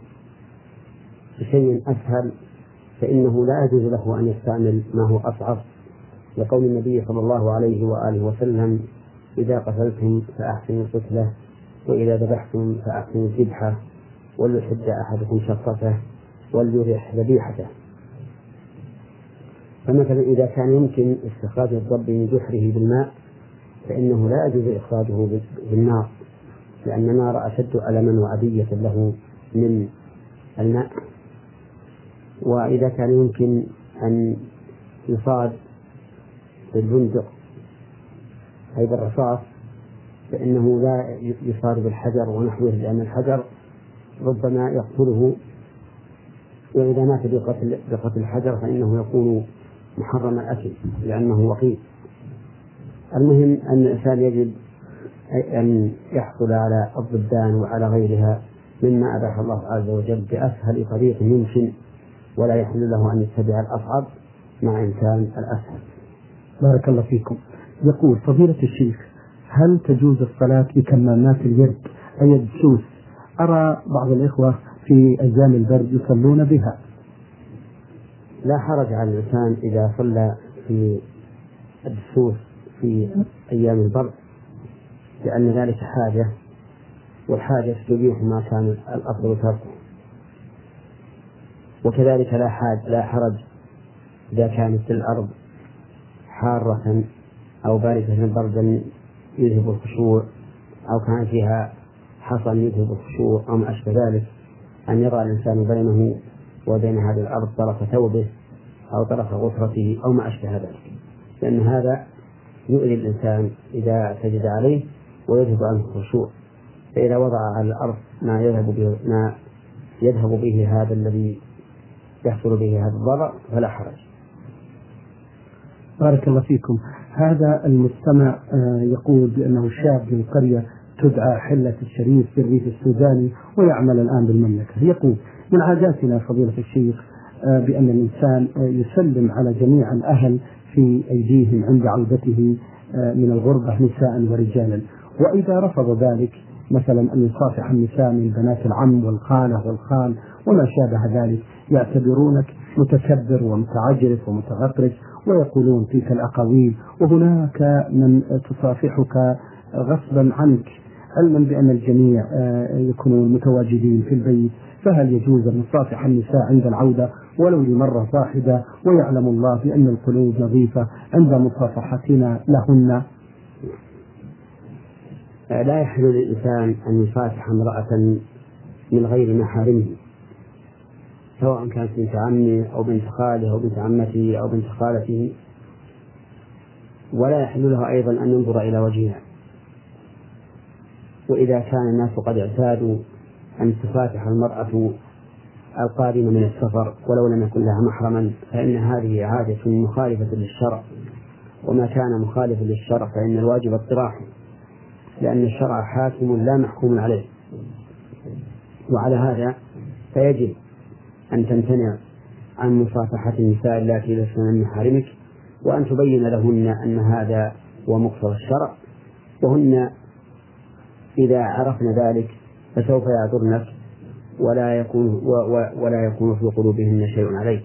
بشيء أسهل فإنه لا يجوز له أن يستعمل ما هو أصعب، لقول النبي صلى الله عليه وآله وسلم: إذا قتلتم فأحسنوا القتلة، وإذا ذبحتم فأحسنوا الذبحة، وليحد أحدكم شفرته وليرح ذبيحته. فمثلا إذا كان يمكن استخراج الضب من جحره بالماء فإنه لا يجوز إخراجه بالنار، لأن النار أشد ألما وأذية له من الماء. وإذا كان يمكن أن يصاد بالبندق أي بالرصاص فإنه لا يصاد بالحجر ونحوه، لأن الحجر ربما يقتله، وإذا مات بقتل الحجر فإنه يكون محرم الأكل لأنه وقيت. المهم أن الإنسان يجب أن يحصل على الضدان وعلى غيرها مما أباح الله عز وجل بأسهل طريق يمكن، ولا يحل له أن يتبع الأصعب مع إمكان الأسهل. بارك الله فيكم. يقول فضيلة الشيخ: هل تجوز الصلاة بكمامات اليد أي الدسوس؟ أرى بعض الإخوة في أيام البرد يصلون بها. لا حرج على الإنسان إذا صلى في الدسوس في أيام البرد، لأن ذلك حاجة، والحاجة تبيح ما كان الأفضل تركه. وكذلك لا حرج إذا كانت الأرض حارة أو باردة بردا يذهب الخشوع، أو كان فيها حصن يذهب الخشوع أو ما أشبه ذلك، أن يضع الإنسان بينه وبين هذه الأرض طرف ثوبه أو طرف غفرته أو ما أشبه ذلك، لأن هذا يؤذي الإنسان إذا سجد عليه ويذهب عنه الخشوع. فإذا وضع على الأرض ما يذهب به هذا الذي يحصل به هذا الضرر فلا حرج. بارك الله فيكم. هذا المستمع يقول بأنه شاب من قرية تدعى حلة الشريف في الريف السوداني ويعمل الآن بالمملكة. يقول: من عاداتنا فضيلة الشيخ بأن الإنسان يسلم على جميع الأهل في أيديهم عند عودته من الغربة نساء ورجالا، وإذا رفض ذلك مثلا أن يصافح النساء من بنات العم والخالة والخال وما شابه ذلك يعتبرونك متكبر ومتعجرف ومتغطرس ويقولون تلك الأقاويل، وهناك من تصافحك غصبا عنك علما بأن الجميع يكونون متواجدين في البيت. فهل يجوز أن نصافح النساء عند العودة ولو لمرة واحدة، ويعلم الله بأن القلوب نظيفة عند مصافحتنا لهن؟ لا يحل للإنسان أن يصافح امرأة من غير محارمه، سواء كانت بنت عمه أو بنت خاله أو بنت عمته أو بنت خالته، ولا يحل له أيضا أن ينظر إلى وجهها. وإذا كان الناس قد اعتادوا أن تصافح المرأة القادمة من السفر ولو لم يكن لها محرما فإن هذه عادة مخالفة للشرع، وما كان مخالفا للشرع فإن الواجب اطراحه، لأن الشرع حاكم لا محكوم عليه. وعلى هذا فيجب أن تمتنع عن مصافحة النساء اللاتي لسن من محارمك، وأن تبين لهن أن هذا هو مقتضى الشرع، وهن إذا عرفن ذلك فسوف يعذرنك ولا يكون في قلوبهن شيء عليك.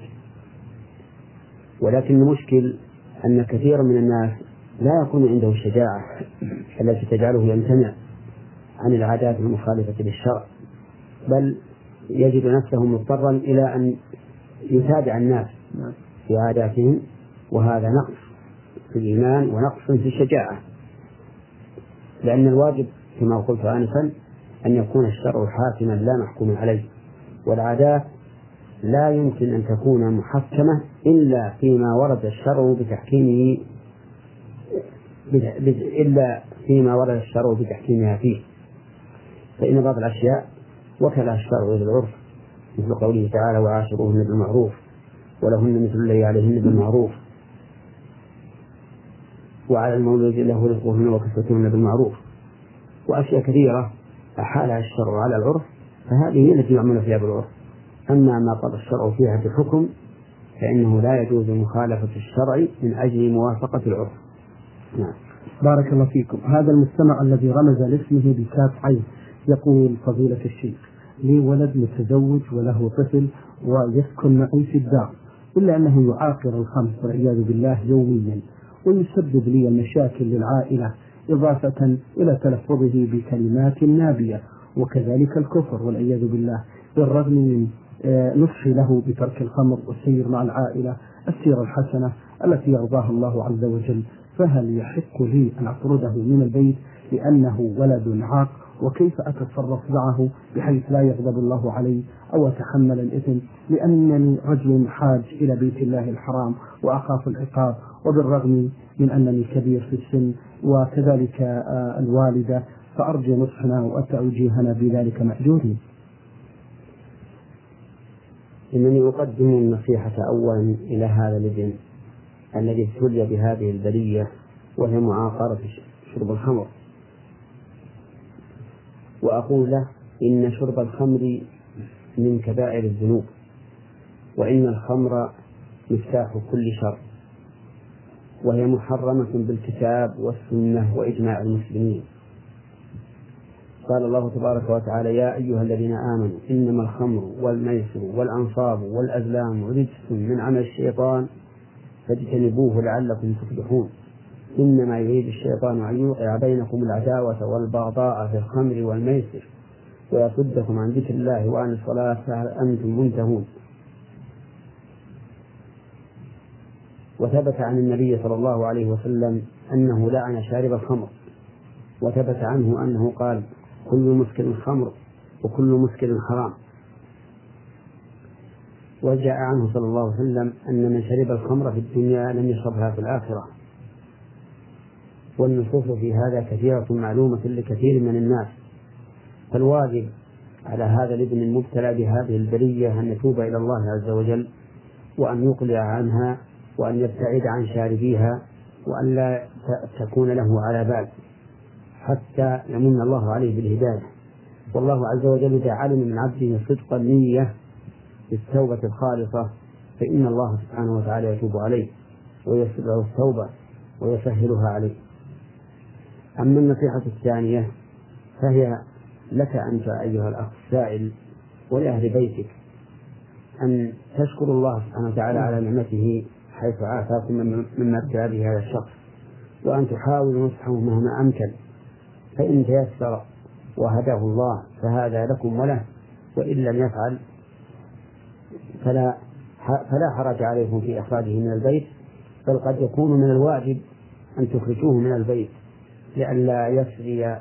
ولكن المشكل أن كثيرا من الناس لا يكون عنده الشجاعة التي تجعله يمتنع عن العادات المخالفة للشرع، بل يجد نفسه مضطرا إلى أن يتابع الناس في عاداتهم، وهذا نقص في الإيمان ونقص في الشجاعة، لأن الواجب كما قلت آنفا أن يكون الشرع حاكما لا محكوما عليه، والعادات لا يمكن أن تكون محكمة إلا فيما ورد الشرع بتحكيمها فيه. فإن بعض الأشياء وكلها الشرع إلى العرف، مثل قوله تعالى: وعاشروهن بالمعروف ولهن مثل الذي عليهن بالمعروف. وعلى المولود له رزقهن وكسوتهن بالمعروف، وأشياء كثيرة أحالها الشرع على العرف، فهذه هي التي يعمل فيها بالعرف. أما ما قضى الشرع فيها بحكم فإنه لا يجوز مخالفة الشرع من أجل موافقة العرف. نعم. بارك الله فيكم. هذا المستمع الذي رمز لاسمه بكاف عين يقول: فضيلة الشيخ، لي ولد متزوج وله طفل ويسكن معي في الدار، إلا أنه يعاقر الخمر والعياذ بالله يوميا، ويسبب لي المشاكل للعائلة، إضافة إلى تلفظه بكلمات نابية، وكذلك الكفر والعياذ بالله، بالرغم من نصحي له بترك الخمر والسير مع العائلة السيرة الحسنة التي يرضاها الله عز وجل. فهل يحق لي أن أطرده من البيت لأنه ولد عاق؟ وكيف أتصرف معه بحيث لا يغضب الله علي أو أتحمل الإثم، لأنني رجل حاج إلى بيت الله الحرام وأخاف العقاب، وبالرغم من أنني كبير في السن وكذلك الوالدة، فأرجو نصحنا وتوجيهنا بذلك مأجورين. إنني أقدم النصيحة أولا إلى هذا الابن الذي ابتلي بهذه البلية وهي معاقرة شرب الخمر، وأقول له: إن شرب الخمر من كبائر الذنوب، وإن الخمر مفتاح كل شر، وهي محرمة بالكتاب والسنة وإجماع المسلمين. قال الله تبارك وتعالى: يا أيها الذين آمنوا إنما الخمر والميسر والأنصاب والأزلام رجس من عمل الشيطان فاجتنبوه لعلكم تفلحون. إنما يريد الشيطان أن يوقع بينكم العداوة والبغضاء في الخمر والميسر ويصدكم عن ذكر الله وعن الصلاة فهل أنتم منتهون. وثبت عن النبي صلى الله عليه وسلم أنه لعن شارب الخمر، وثبت عنه أنه قال: كل مسكر خمر وكل مسكر حرام. وجاء عنه صلى الله عليه وسلم أن من شرب الخمر في الدنيا لم يشربها في الآخرة. والنصوص في هذا كثيرة معلومة لكثير من الناس، فالواجب على هذا الابن المبتلى بهذه البلية أن يتوب إلى الله عز وجل، وأن يقلع عنها، وأن يبتعد عن شاربيها، وأن لا تكون له على بال حتى يمن الله عليه بالهداية. والله عز وجل إذا علم من عبده صدق النية بالتوبة الخالصة فإن الله سبحانه وتعالى يتوب عليه ويسر له التوبة ويسهلها عليه. أما النصيحة الثانية فهي لك أنت أيها الأخ السائل ولأهل بيتك أن تشكروا الله سبحانه وتعالى على نعمته حيث عافاكم مما ابتلى به هذا الشخص، وأن تحاولوا نصحه مهما أمكن، فإن تيسر وهداه الله فهذا لكم وله، وإن لم يفعل فلا حرج عليكم في إخراجه من البيت، بل قد يكون من الواجب أن تخرجوه من البيت لئلا يسري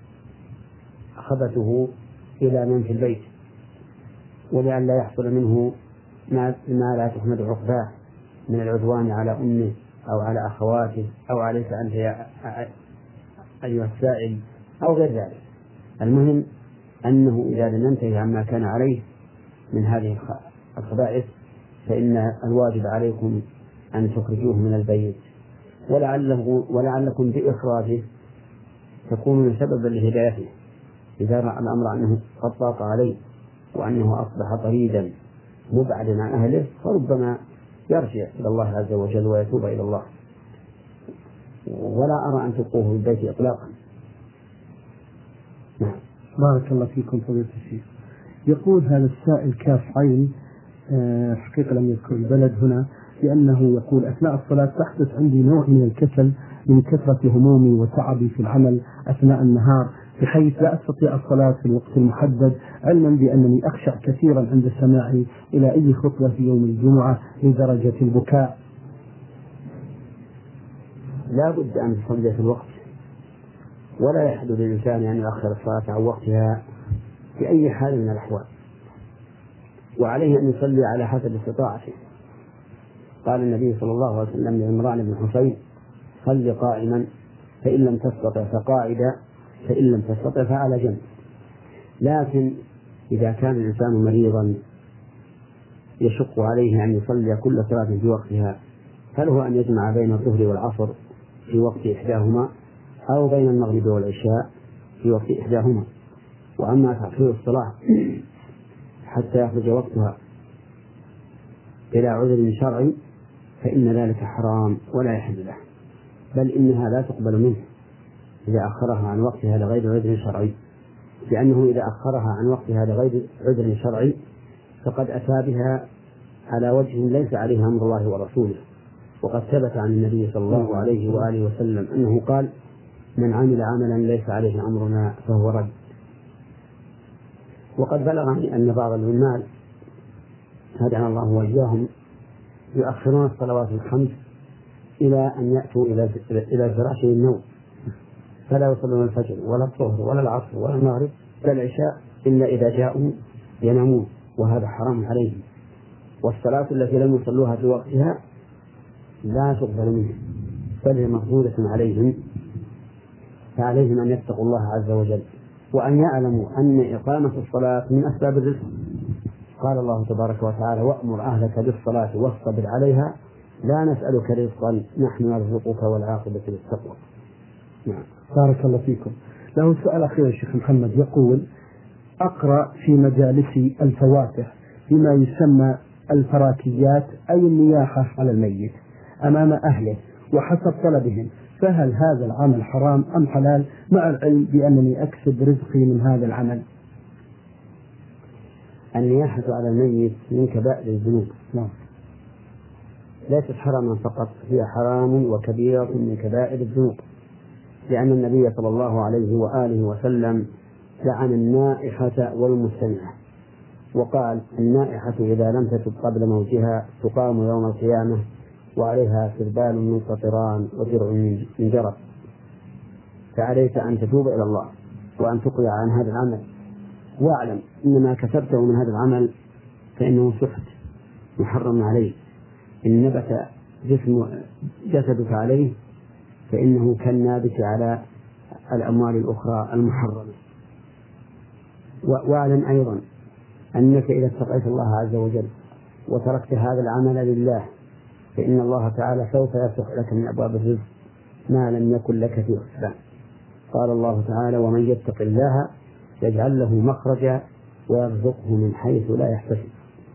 خبثه إلى من في البيت، ولئلا يحصل منه ما لا تحمد عقباه من العدوان على أمه أو على أخواته أو عليك أنت يا أيها السائل أو غير ذلك. المهم أنه إذا لم ينتهي عما كان عليه من هذه الخبائث فإن الواجب عليكم أن تخرجوه من البيت، ولعلكم بإخراجه تكونوا سببا لهدايته إذا رأى الأمر أنه قد ضاق عليه وأنه أصبح طريدا مبعدا عن أهله، فربما يرجع إلى الله عز وجل ويتوب إلى الله. ولا أرى أن تبقوه في البيت إطلاقا. نعم. بارك الله فيكم فضيلة الشيخ. يقول هذا السائل كاف عين، حقيقة لم يذكر البلد هنا، لأنه يقول: أثناء الصلاة تحدث عندي نوع من الكسل من كثرة همومي وتعبي في العمل أثناء النهار، بحيث لا أستطيع الصلاة في الوقت المحدد، علما بأنني أخشع كثيرا عند سماعي إلى أي خطبة في يوم الجمعة لدرجة البكاء. لا بد أن تصلي في الوقت، ولا يحدث للإنسان أن يؤخر الصلاة عن وقتها في أي حال من الأحوال، وعليه أن يصلي على حسب استطاعته. قال النبي صلى الله عليه وسلم لعمران بن حسين: صل قائما فإن لم تستطع فقاعدا فإن لم تستطع فعلى جنب. لكن إذا كان الإنسان مريضا يشق عليه أن يصلي كل صلاة في وقتها، فله أن يجمع بين الظهر والعصر في وقت إحداهما أو بين المغرب والعشاء في وقت إحداهما. وأما تأخير الصلاة حتى يخرج وقتها بلا عذر شرعي فإن ذلك حرام ولا يحل له، بل إنها لا تقبل منه إذا أخرها عن وقتها لغير عذر شرعي، لأنه إذا أخرها عن وقتها لغير عذر شرعي فقد أتى بها على وجه ليس عليه أمر الله ورسوله. وقد ثبت عن النبي صلى الله عليه وآله وسلم أنه قال: من عمل عملا ليس عليه أمرنا فهو رد. وقد بلغني أن بعض العمال هدانا الله وإياهم يؤخرون الصلوات الخمس إلى أن يأتوا إلى فراش النوم، فلا يصلون الفجر ولا الظهر ولا العصر ولا المغرب ولا العشاء إلا إذا جاءوا ينامون، وهذا حرام عليهم. والصلاة التي لم يصلوها في وقتها لا تقبل منهم بل هي مفروضة عليهم، فعليهم أن يتقوا الله عز وجل وأن يعلموا أن إقامة الصلاة من أسباب الرزق. قال الله تبارك وتعالى: وأمر أهلك بالصلاة واصطبر عليها لا نسألك رزقا نحن نرزقك والعاقبة للتقوى. نعم. بارك الله فيكم. له سؤال أخير الشيخ محمد، يقول: أقرأ في مجالسي الفواتح بما يسمى الفراكيات أي النياحة على الميت أمام أهله وحسب طلبهم، فهل هذا العمل حرام أم حلال، مع العلم بأنني أكسب رزقي من هذا العمل؟ النياحة على الميت من كبائر الذنوب. نعم. ليست حراما فقط، هي حرام وكبيرة من كبائر الذنوب، لأن النبي صلى الله عليه وآله وسلم لعن النائحة والمستمعة، وقال: النائحة إذا لم تتب قبل موتها تقام يوم القيامة وعليها سربال من قطران ودرع من جرب. فعليك أن تتوب إلى الله وأن تقلع عن هذا العمل، واعلم إن ما كسبته من هذا العمل فإنه سحت محرم عليه. إن نبت جسدك عليه فإنه كالنابت على الأموال الأخرى المحرمة. واعلم أيضا أنك إذا اتقيت الله عز وجل وتركت هذا العمل لله فإن الله تعالى سوف يفتح لك من أبواب الرزق ما لم يكن لك في حسبان. قال الله تعالى: ومن يتق الله يجعل له مخرجا ويرزقه من حيث لا يحتسب.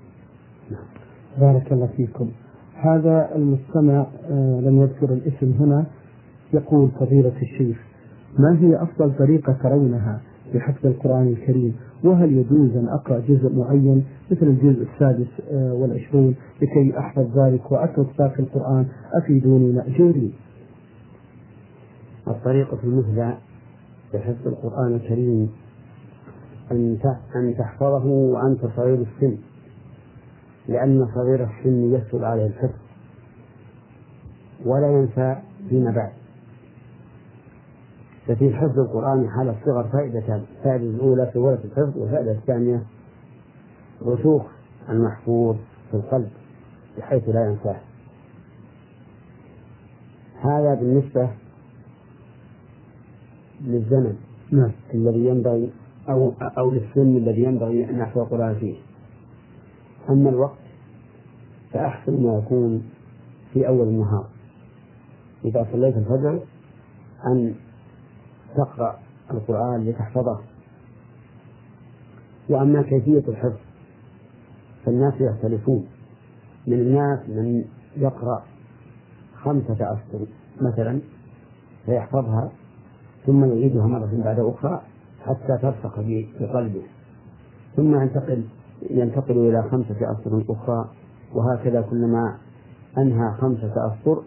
بارك الله فيكم. هذا المستمع لم يذكر الاسم هنا، يقول: فضيلة الشيخ، ما هي أفضل طريقة ترونها لحفظ القرآن الكريم؟ وهل يجوز أن أقرأ جزء معين مثل الجزء 26 لكي أحفظ ذلك وأترك باقي القرآن؟ أفيدوني مأجورين. الطريقة المثلى لحفظ القرآن الكريم أن تحفظه وأنت صغير السن، لأن صغير السن يسهل عليه الحفظ ولا ينسى فيما بعد. ففي حفظ القرآن حال الصغر فائدتان: الفائدة الأولى سهولة الحفظ، والفائدة الثانية رسوخ المحفوظ في القلب بحيث لا ينساه. هذا بالنسبة للزمن الذي ينبغي أو للسن الذي ينبغي أن يحفظ القرآن فيه. أما الوقت فأحسن ما يكون في أول النهار إذا صليت الفجر أن تقرأ القرآن لتحفظه. وأما كيفية الحفظ فالناس يختلفون، من الناس من يقرأ 5 أسطر مثلا فيحفظها ثم يعيدها مرة بعد أخرى حتى ترسخ بقلبه، ثم ينتقل إلى 5 أسطر أخرى، وهكذا كلما أنهى 5 أسطر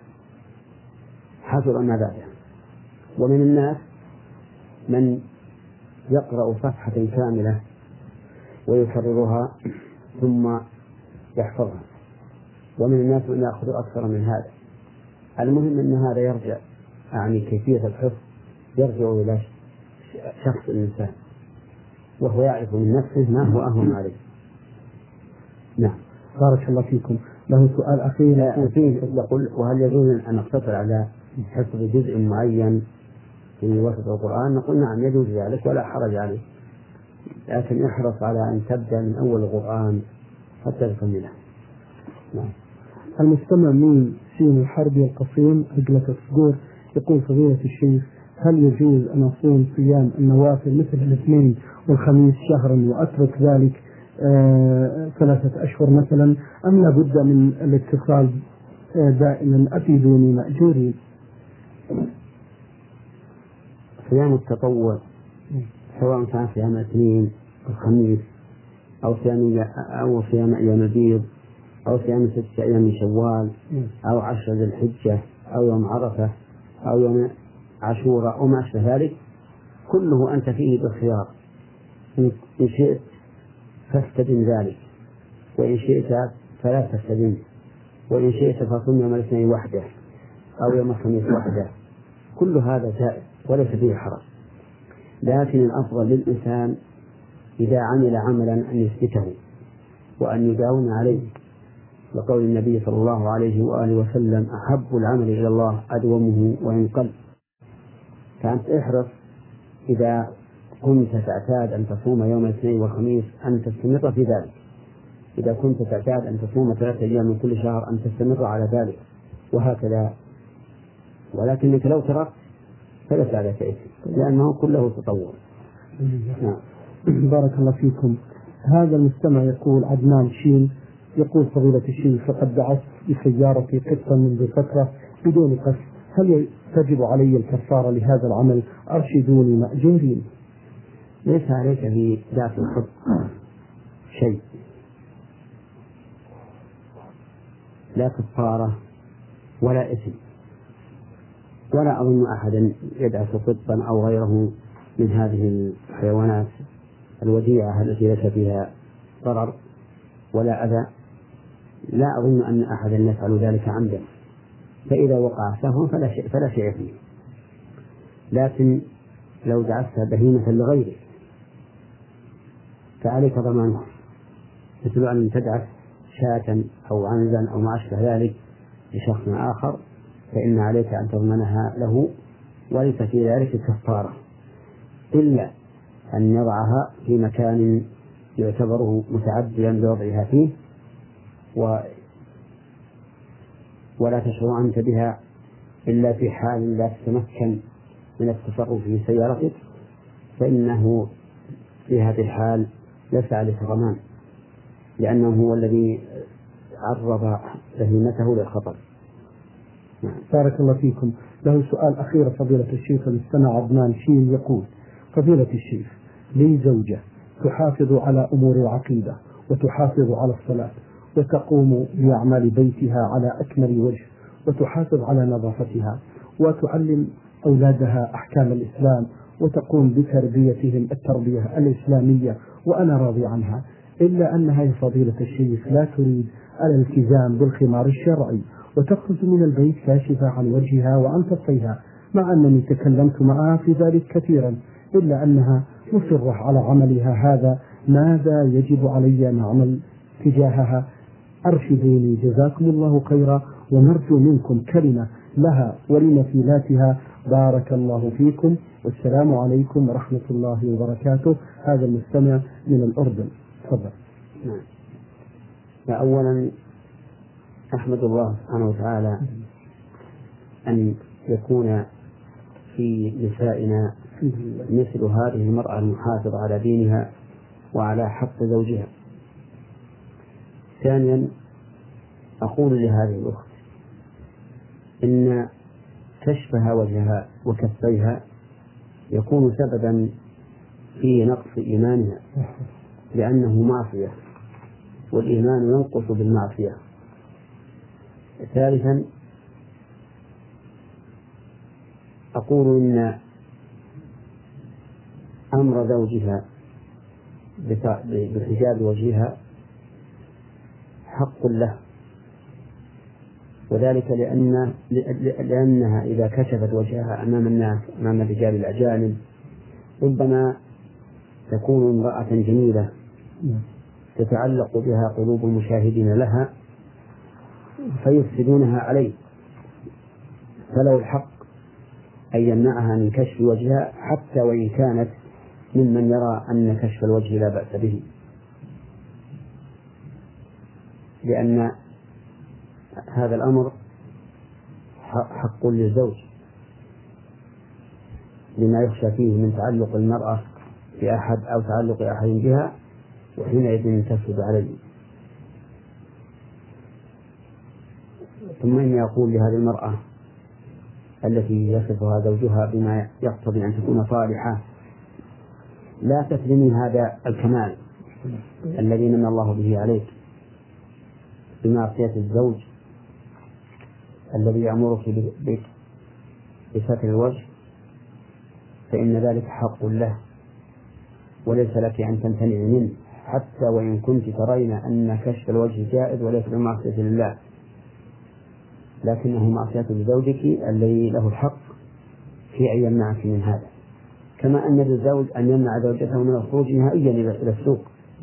حصل ما بعده. ومن الناس من يقرأ صفحة كاملة ويكررها ثم يحفظها، ومن الناس من يأخذ أكثر من هذا. المهم أن هذا يرجع، يعني كيفية الحفظ يرجع إلى شخص الإنسان وهو يعرف من نفسه ما هو أهون عليه. نعم. بارك الله فيكم. له سؤال أخير يقول: وهل يجوز أن أقتصر على حفظ جزء معين في وسط القرآن؟ نقول: نعم يجوز ذلك ولا حرج عليه، لكن احرص على أن تبدأ من أول القرآن حتى تكمله. نعم. المستمع من سين الحربي القصيم عقلة الصقور يقول فضيلة الشيخ هل يجوز أن أصوم صيام النوافل مثل الاثنين والخميس شهرا وأترك ذلك 3 أشهر مثلا أم لابد من الاتصال دائما أفيدوني مأجورين؟ صيام التطوع سواء كان صيام الاثنين والخميس أو صيام أيام البيض أو صيام 6 أيام من شوال أو 10 ذي الحجة أو يوم عرفة أو يوم عاشوراء أو ما أشبه ذلك كله أنت فيه بالخيار، إن شئت فاستدم ذلك وإن شئت فلا تستدم، وإن شئت فصم يوم الاثنين وحده أو يوم الخميس وحده، كل هذا جائز وليس فيه حرج. لكن الأفضل للإنسان إذا عمل عملا أن يثبته وأن يداوم عليه، وقول النبي صلى الله عليه وآله وسلم أحب العمل إلى الله أدومه وإن قل. فأنت احرص إذا كنت تعتاد أن تصوم يوم الاثنين والخميس أن تستمر في ذلك، إذا كنت تعتاد أن تصوم 3 أيام من كل شهر أن تستمر على ذلك، وهكذا. ولكنك لو تركت فليس عليك إثم لأنه كله تطوع. بارك الله فيكم. هذا المستمع يقول عدنان شين يقول فضيلة الشيخ فقد دعست بسيارتي قسطا منذ فترة بدون قسط، هل تجب علي الكفارة لهذا العمل؟ أرشدوني مأجورين. ليس عليك في ذات الخط شيء، لا كفارة ولا إثم، ولا أظن أحدا يدعس قطا أو غيره من هذه الحيوانات الوديعة التي ليس فيها ضرر ولا أذى. لا أظن أن أحدا يفعل ذلك عمدا، فإذا وقع سهوا فلا شيء فيه. لكن لو دعست بهيمة لغيرك فعليك ضمانها، مثل أن تدعس شاة أو عنزا أو ما أشبه ذلك لشخص آخر فإن عليك أن تضمنها له، وليس في ذلك كفارة إلا أن يضعها في مكان يعتبره متعديا بوضعها فيه ولا تشعر أنت بها إلا في حال لا تتمكن من التصرف في سيارتك، فإنه في هذه الحال ليس عليك ضمان، لأنه هو الذي عرض بهيمته للخطر. بارك الله فيكم. له سؤال أخير فضيلة الشيخ المستمع عدنان شين يقول فضيلة الشيخ لي زوجة تحافظ على أمور العقيدة وتحافظ على الصلاة وتقوم بأعمال بيتها على أكمل وجه وتحافظ على نظافتها وتعلم أولادها أحكام الإسلام وتقوم بتربيتهم التربية الإسلامية وأنا راضي عنها، إلا أنها يا فضيلة الشيخ لا تريد الالتزام بالخمار الشرعي وتخرج من البيت كاشفة عن وجهها وعن كفيها، مع أنني تكلمت معها في ذلك كثيرا، إلا أنها مصرة على عملها هذا. ماذا يجب علي أن أعمل تجاهها؟ أرشدوني جزاكم الله خيرا، ونرجو منكم كلمة لها ولمثيلاتها. بارك الله فيكم والسلام عليكم ورحمة الله وبركاته. هذا المستمع من الأردن. تفضل. أولا أحمد الله سبحانه وتعالى أن يكون في نسائنا مثل هذه المرأة المحافظة على دينها وعلى حق زوجها. ثانيا أقول لهذه الأخت إن كشفها وجهها وكفيها يكون سببا في نقص إيمانها، لأنه معصية والإيمان ينقص بالمعصية. ثالثا أقول إن أمر زوجها بحجاب وجهها حق له، وذلك لأنها إذا كشفت وجهها أمام الناس أمام الرجال الأجانب ربما تكون امرأة جميلة تتعلق بها قلوب المشاهدين لها فيفسدونها عليه، فله الحق أن يمنعها من كشف وجهها حتى وإن كانت ممن يرى أن كشف الوجه لا بأس به، لأن هذا الأمر حق للزوج لما يخشى فيه من تعلق المرأة بأحد أو تعلق أحد بها، وحينئذ تفسد عليه. ثم إني أقول لهذه المرأة التي يصفها زوجها بما يقتضي أن تكون صالحة: لا تسلمي هذا الكمال الذي من الله به عليك بمعصية الزوج الذي يأمرك بستر الوجه، فإن ذلك حق له وليس لك أن تمتنع منه، حتى وإن كنت ترين أن كشف الوجه جائز وليس بمعصية لله، لكنه معصية لزوجك الذي له الحق في أن يمنعك من هذا، كما أن للزوج أن يمنع زوجته من الخروج نهائيا إلى السوق.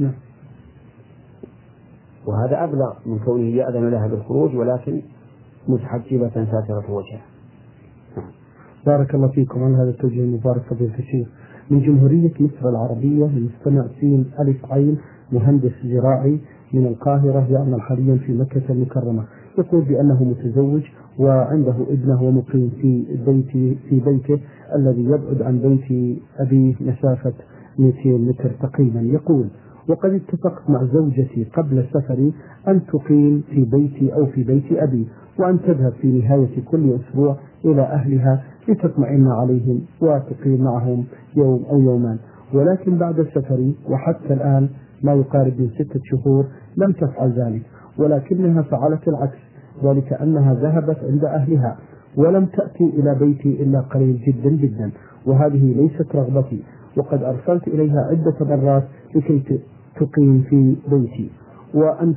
وهذا أبلغ من كونه يأذن لها بالخروج ولكن متحجبة ساترة وجهها. بارك الله فيكم على هذا التوجيه المبارك فضيلة الشيخ. من جمهورية مصر العربية المستمع سين ألف عين، مهندس زراعي من القاهرة يعمل حاليا في مكة المكرمة، يقول بأنه متزوج وعنده ابنه ومقيم في بيته الذي يبعد عن بيت أبيه مسافة 200 متر تقريبا. يقول: وقد اتفقت مع زوجتي قبل سفري أن تقيم في بيتي أو في بيت أبي، وأن تذهب في نهاية كل أسبوع إلى أهلها لتطمئن عليهم وتقيم معهم يوم أو يومان، ولكن بعد سفري وحتى الآن ما يقارب من 6 شهور لم تفعل ذلك، ولكنها فعلت العكس، ذلك أنها ذهبت عند أهلها ولم تأتي إلى بيتي إلا قليل جدا جدا، وهذه ليست رغبتي، وقد أرسلت إليها عدة مرات لكي تقيم في بيتي وأن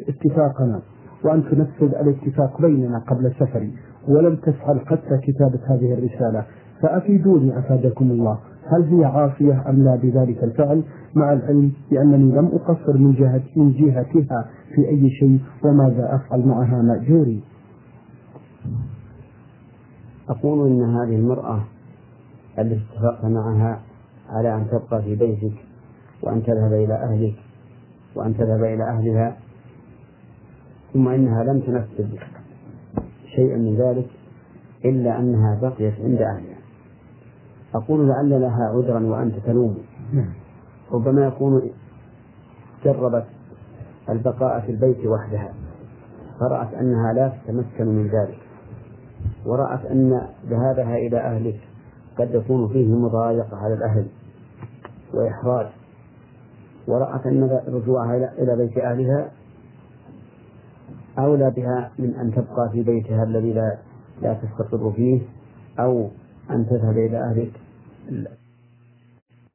تنفذ الاتفاق بيننا قبل سفري، ولم تفعل حتى كتابة هذه الرسالة، فأفيدوني أفادكم الله، هل هي عاصية أم لا بذلك الفعل، مع العلم بأنني لم أقصر من جهتها في أي شيء، وماذا أفعل معها مأجوري؟ أقول إن هذه المرأة التي اتفقت معها على أن تبقى في بيتك وأن تذهب إلى أهلك وأن تذهب إلى أهلها، ثم إنها لم تنفذ شيئا من ذلك إلا أنها بقيت عند أهلها، أقول لعل لها عذرا وأنت تلوم، ربما يكون جربت البقاء في البيت وحدها فرأت أنها لا تتمكن من ذلك، ورأت أن ذهابها إلى أهلك قد يكون فيه مضايقة على الأهل وإحراج، ورأت أن رجوعها إلى بيت أهلها أولى بها من أن تبقى في بيتها الذي لا تستقر فيه، أو أن تذهب إلى أهلك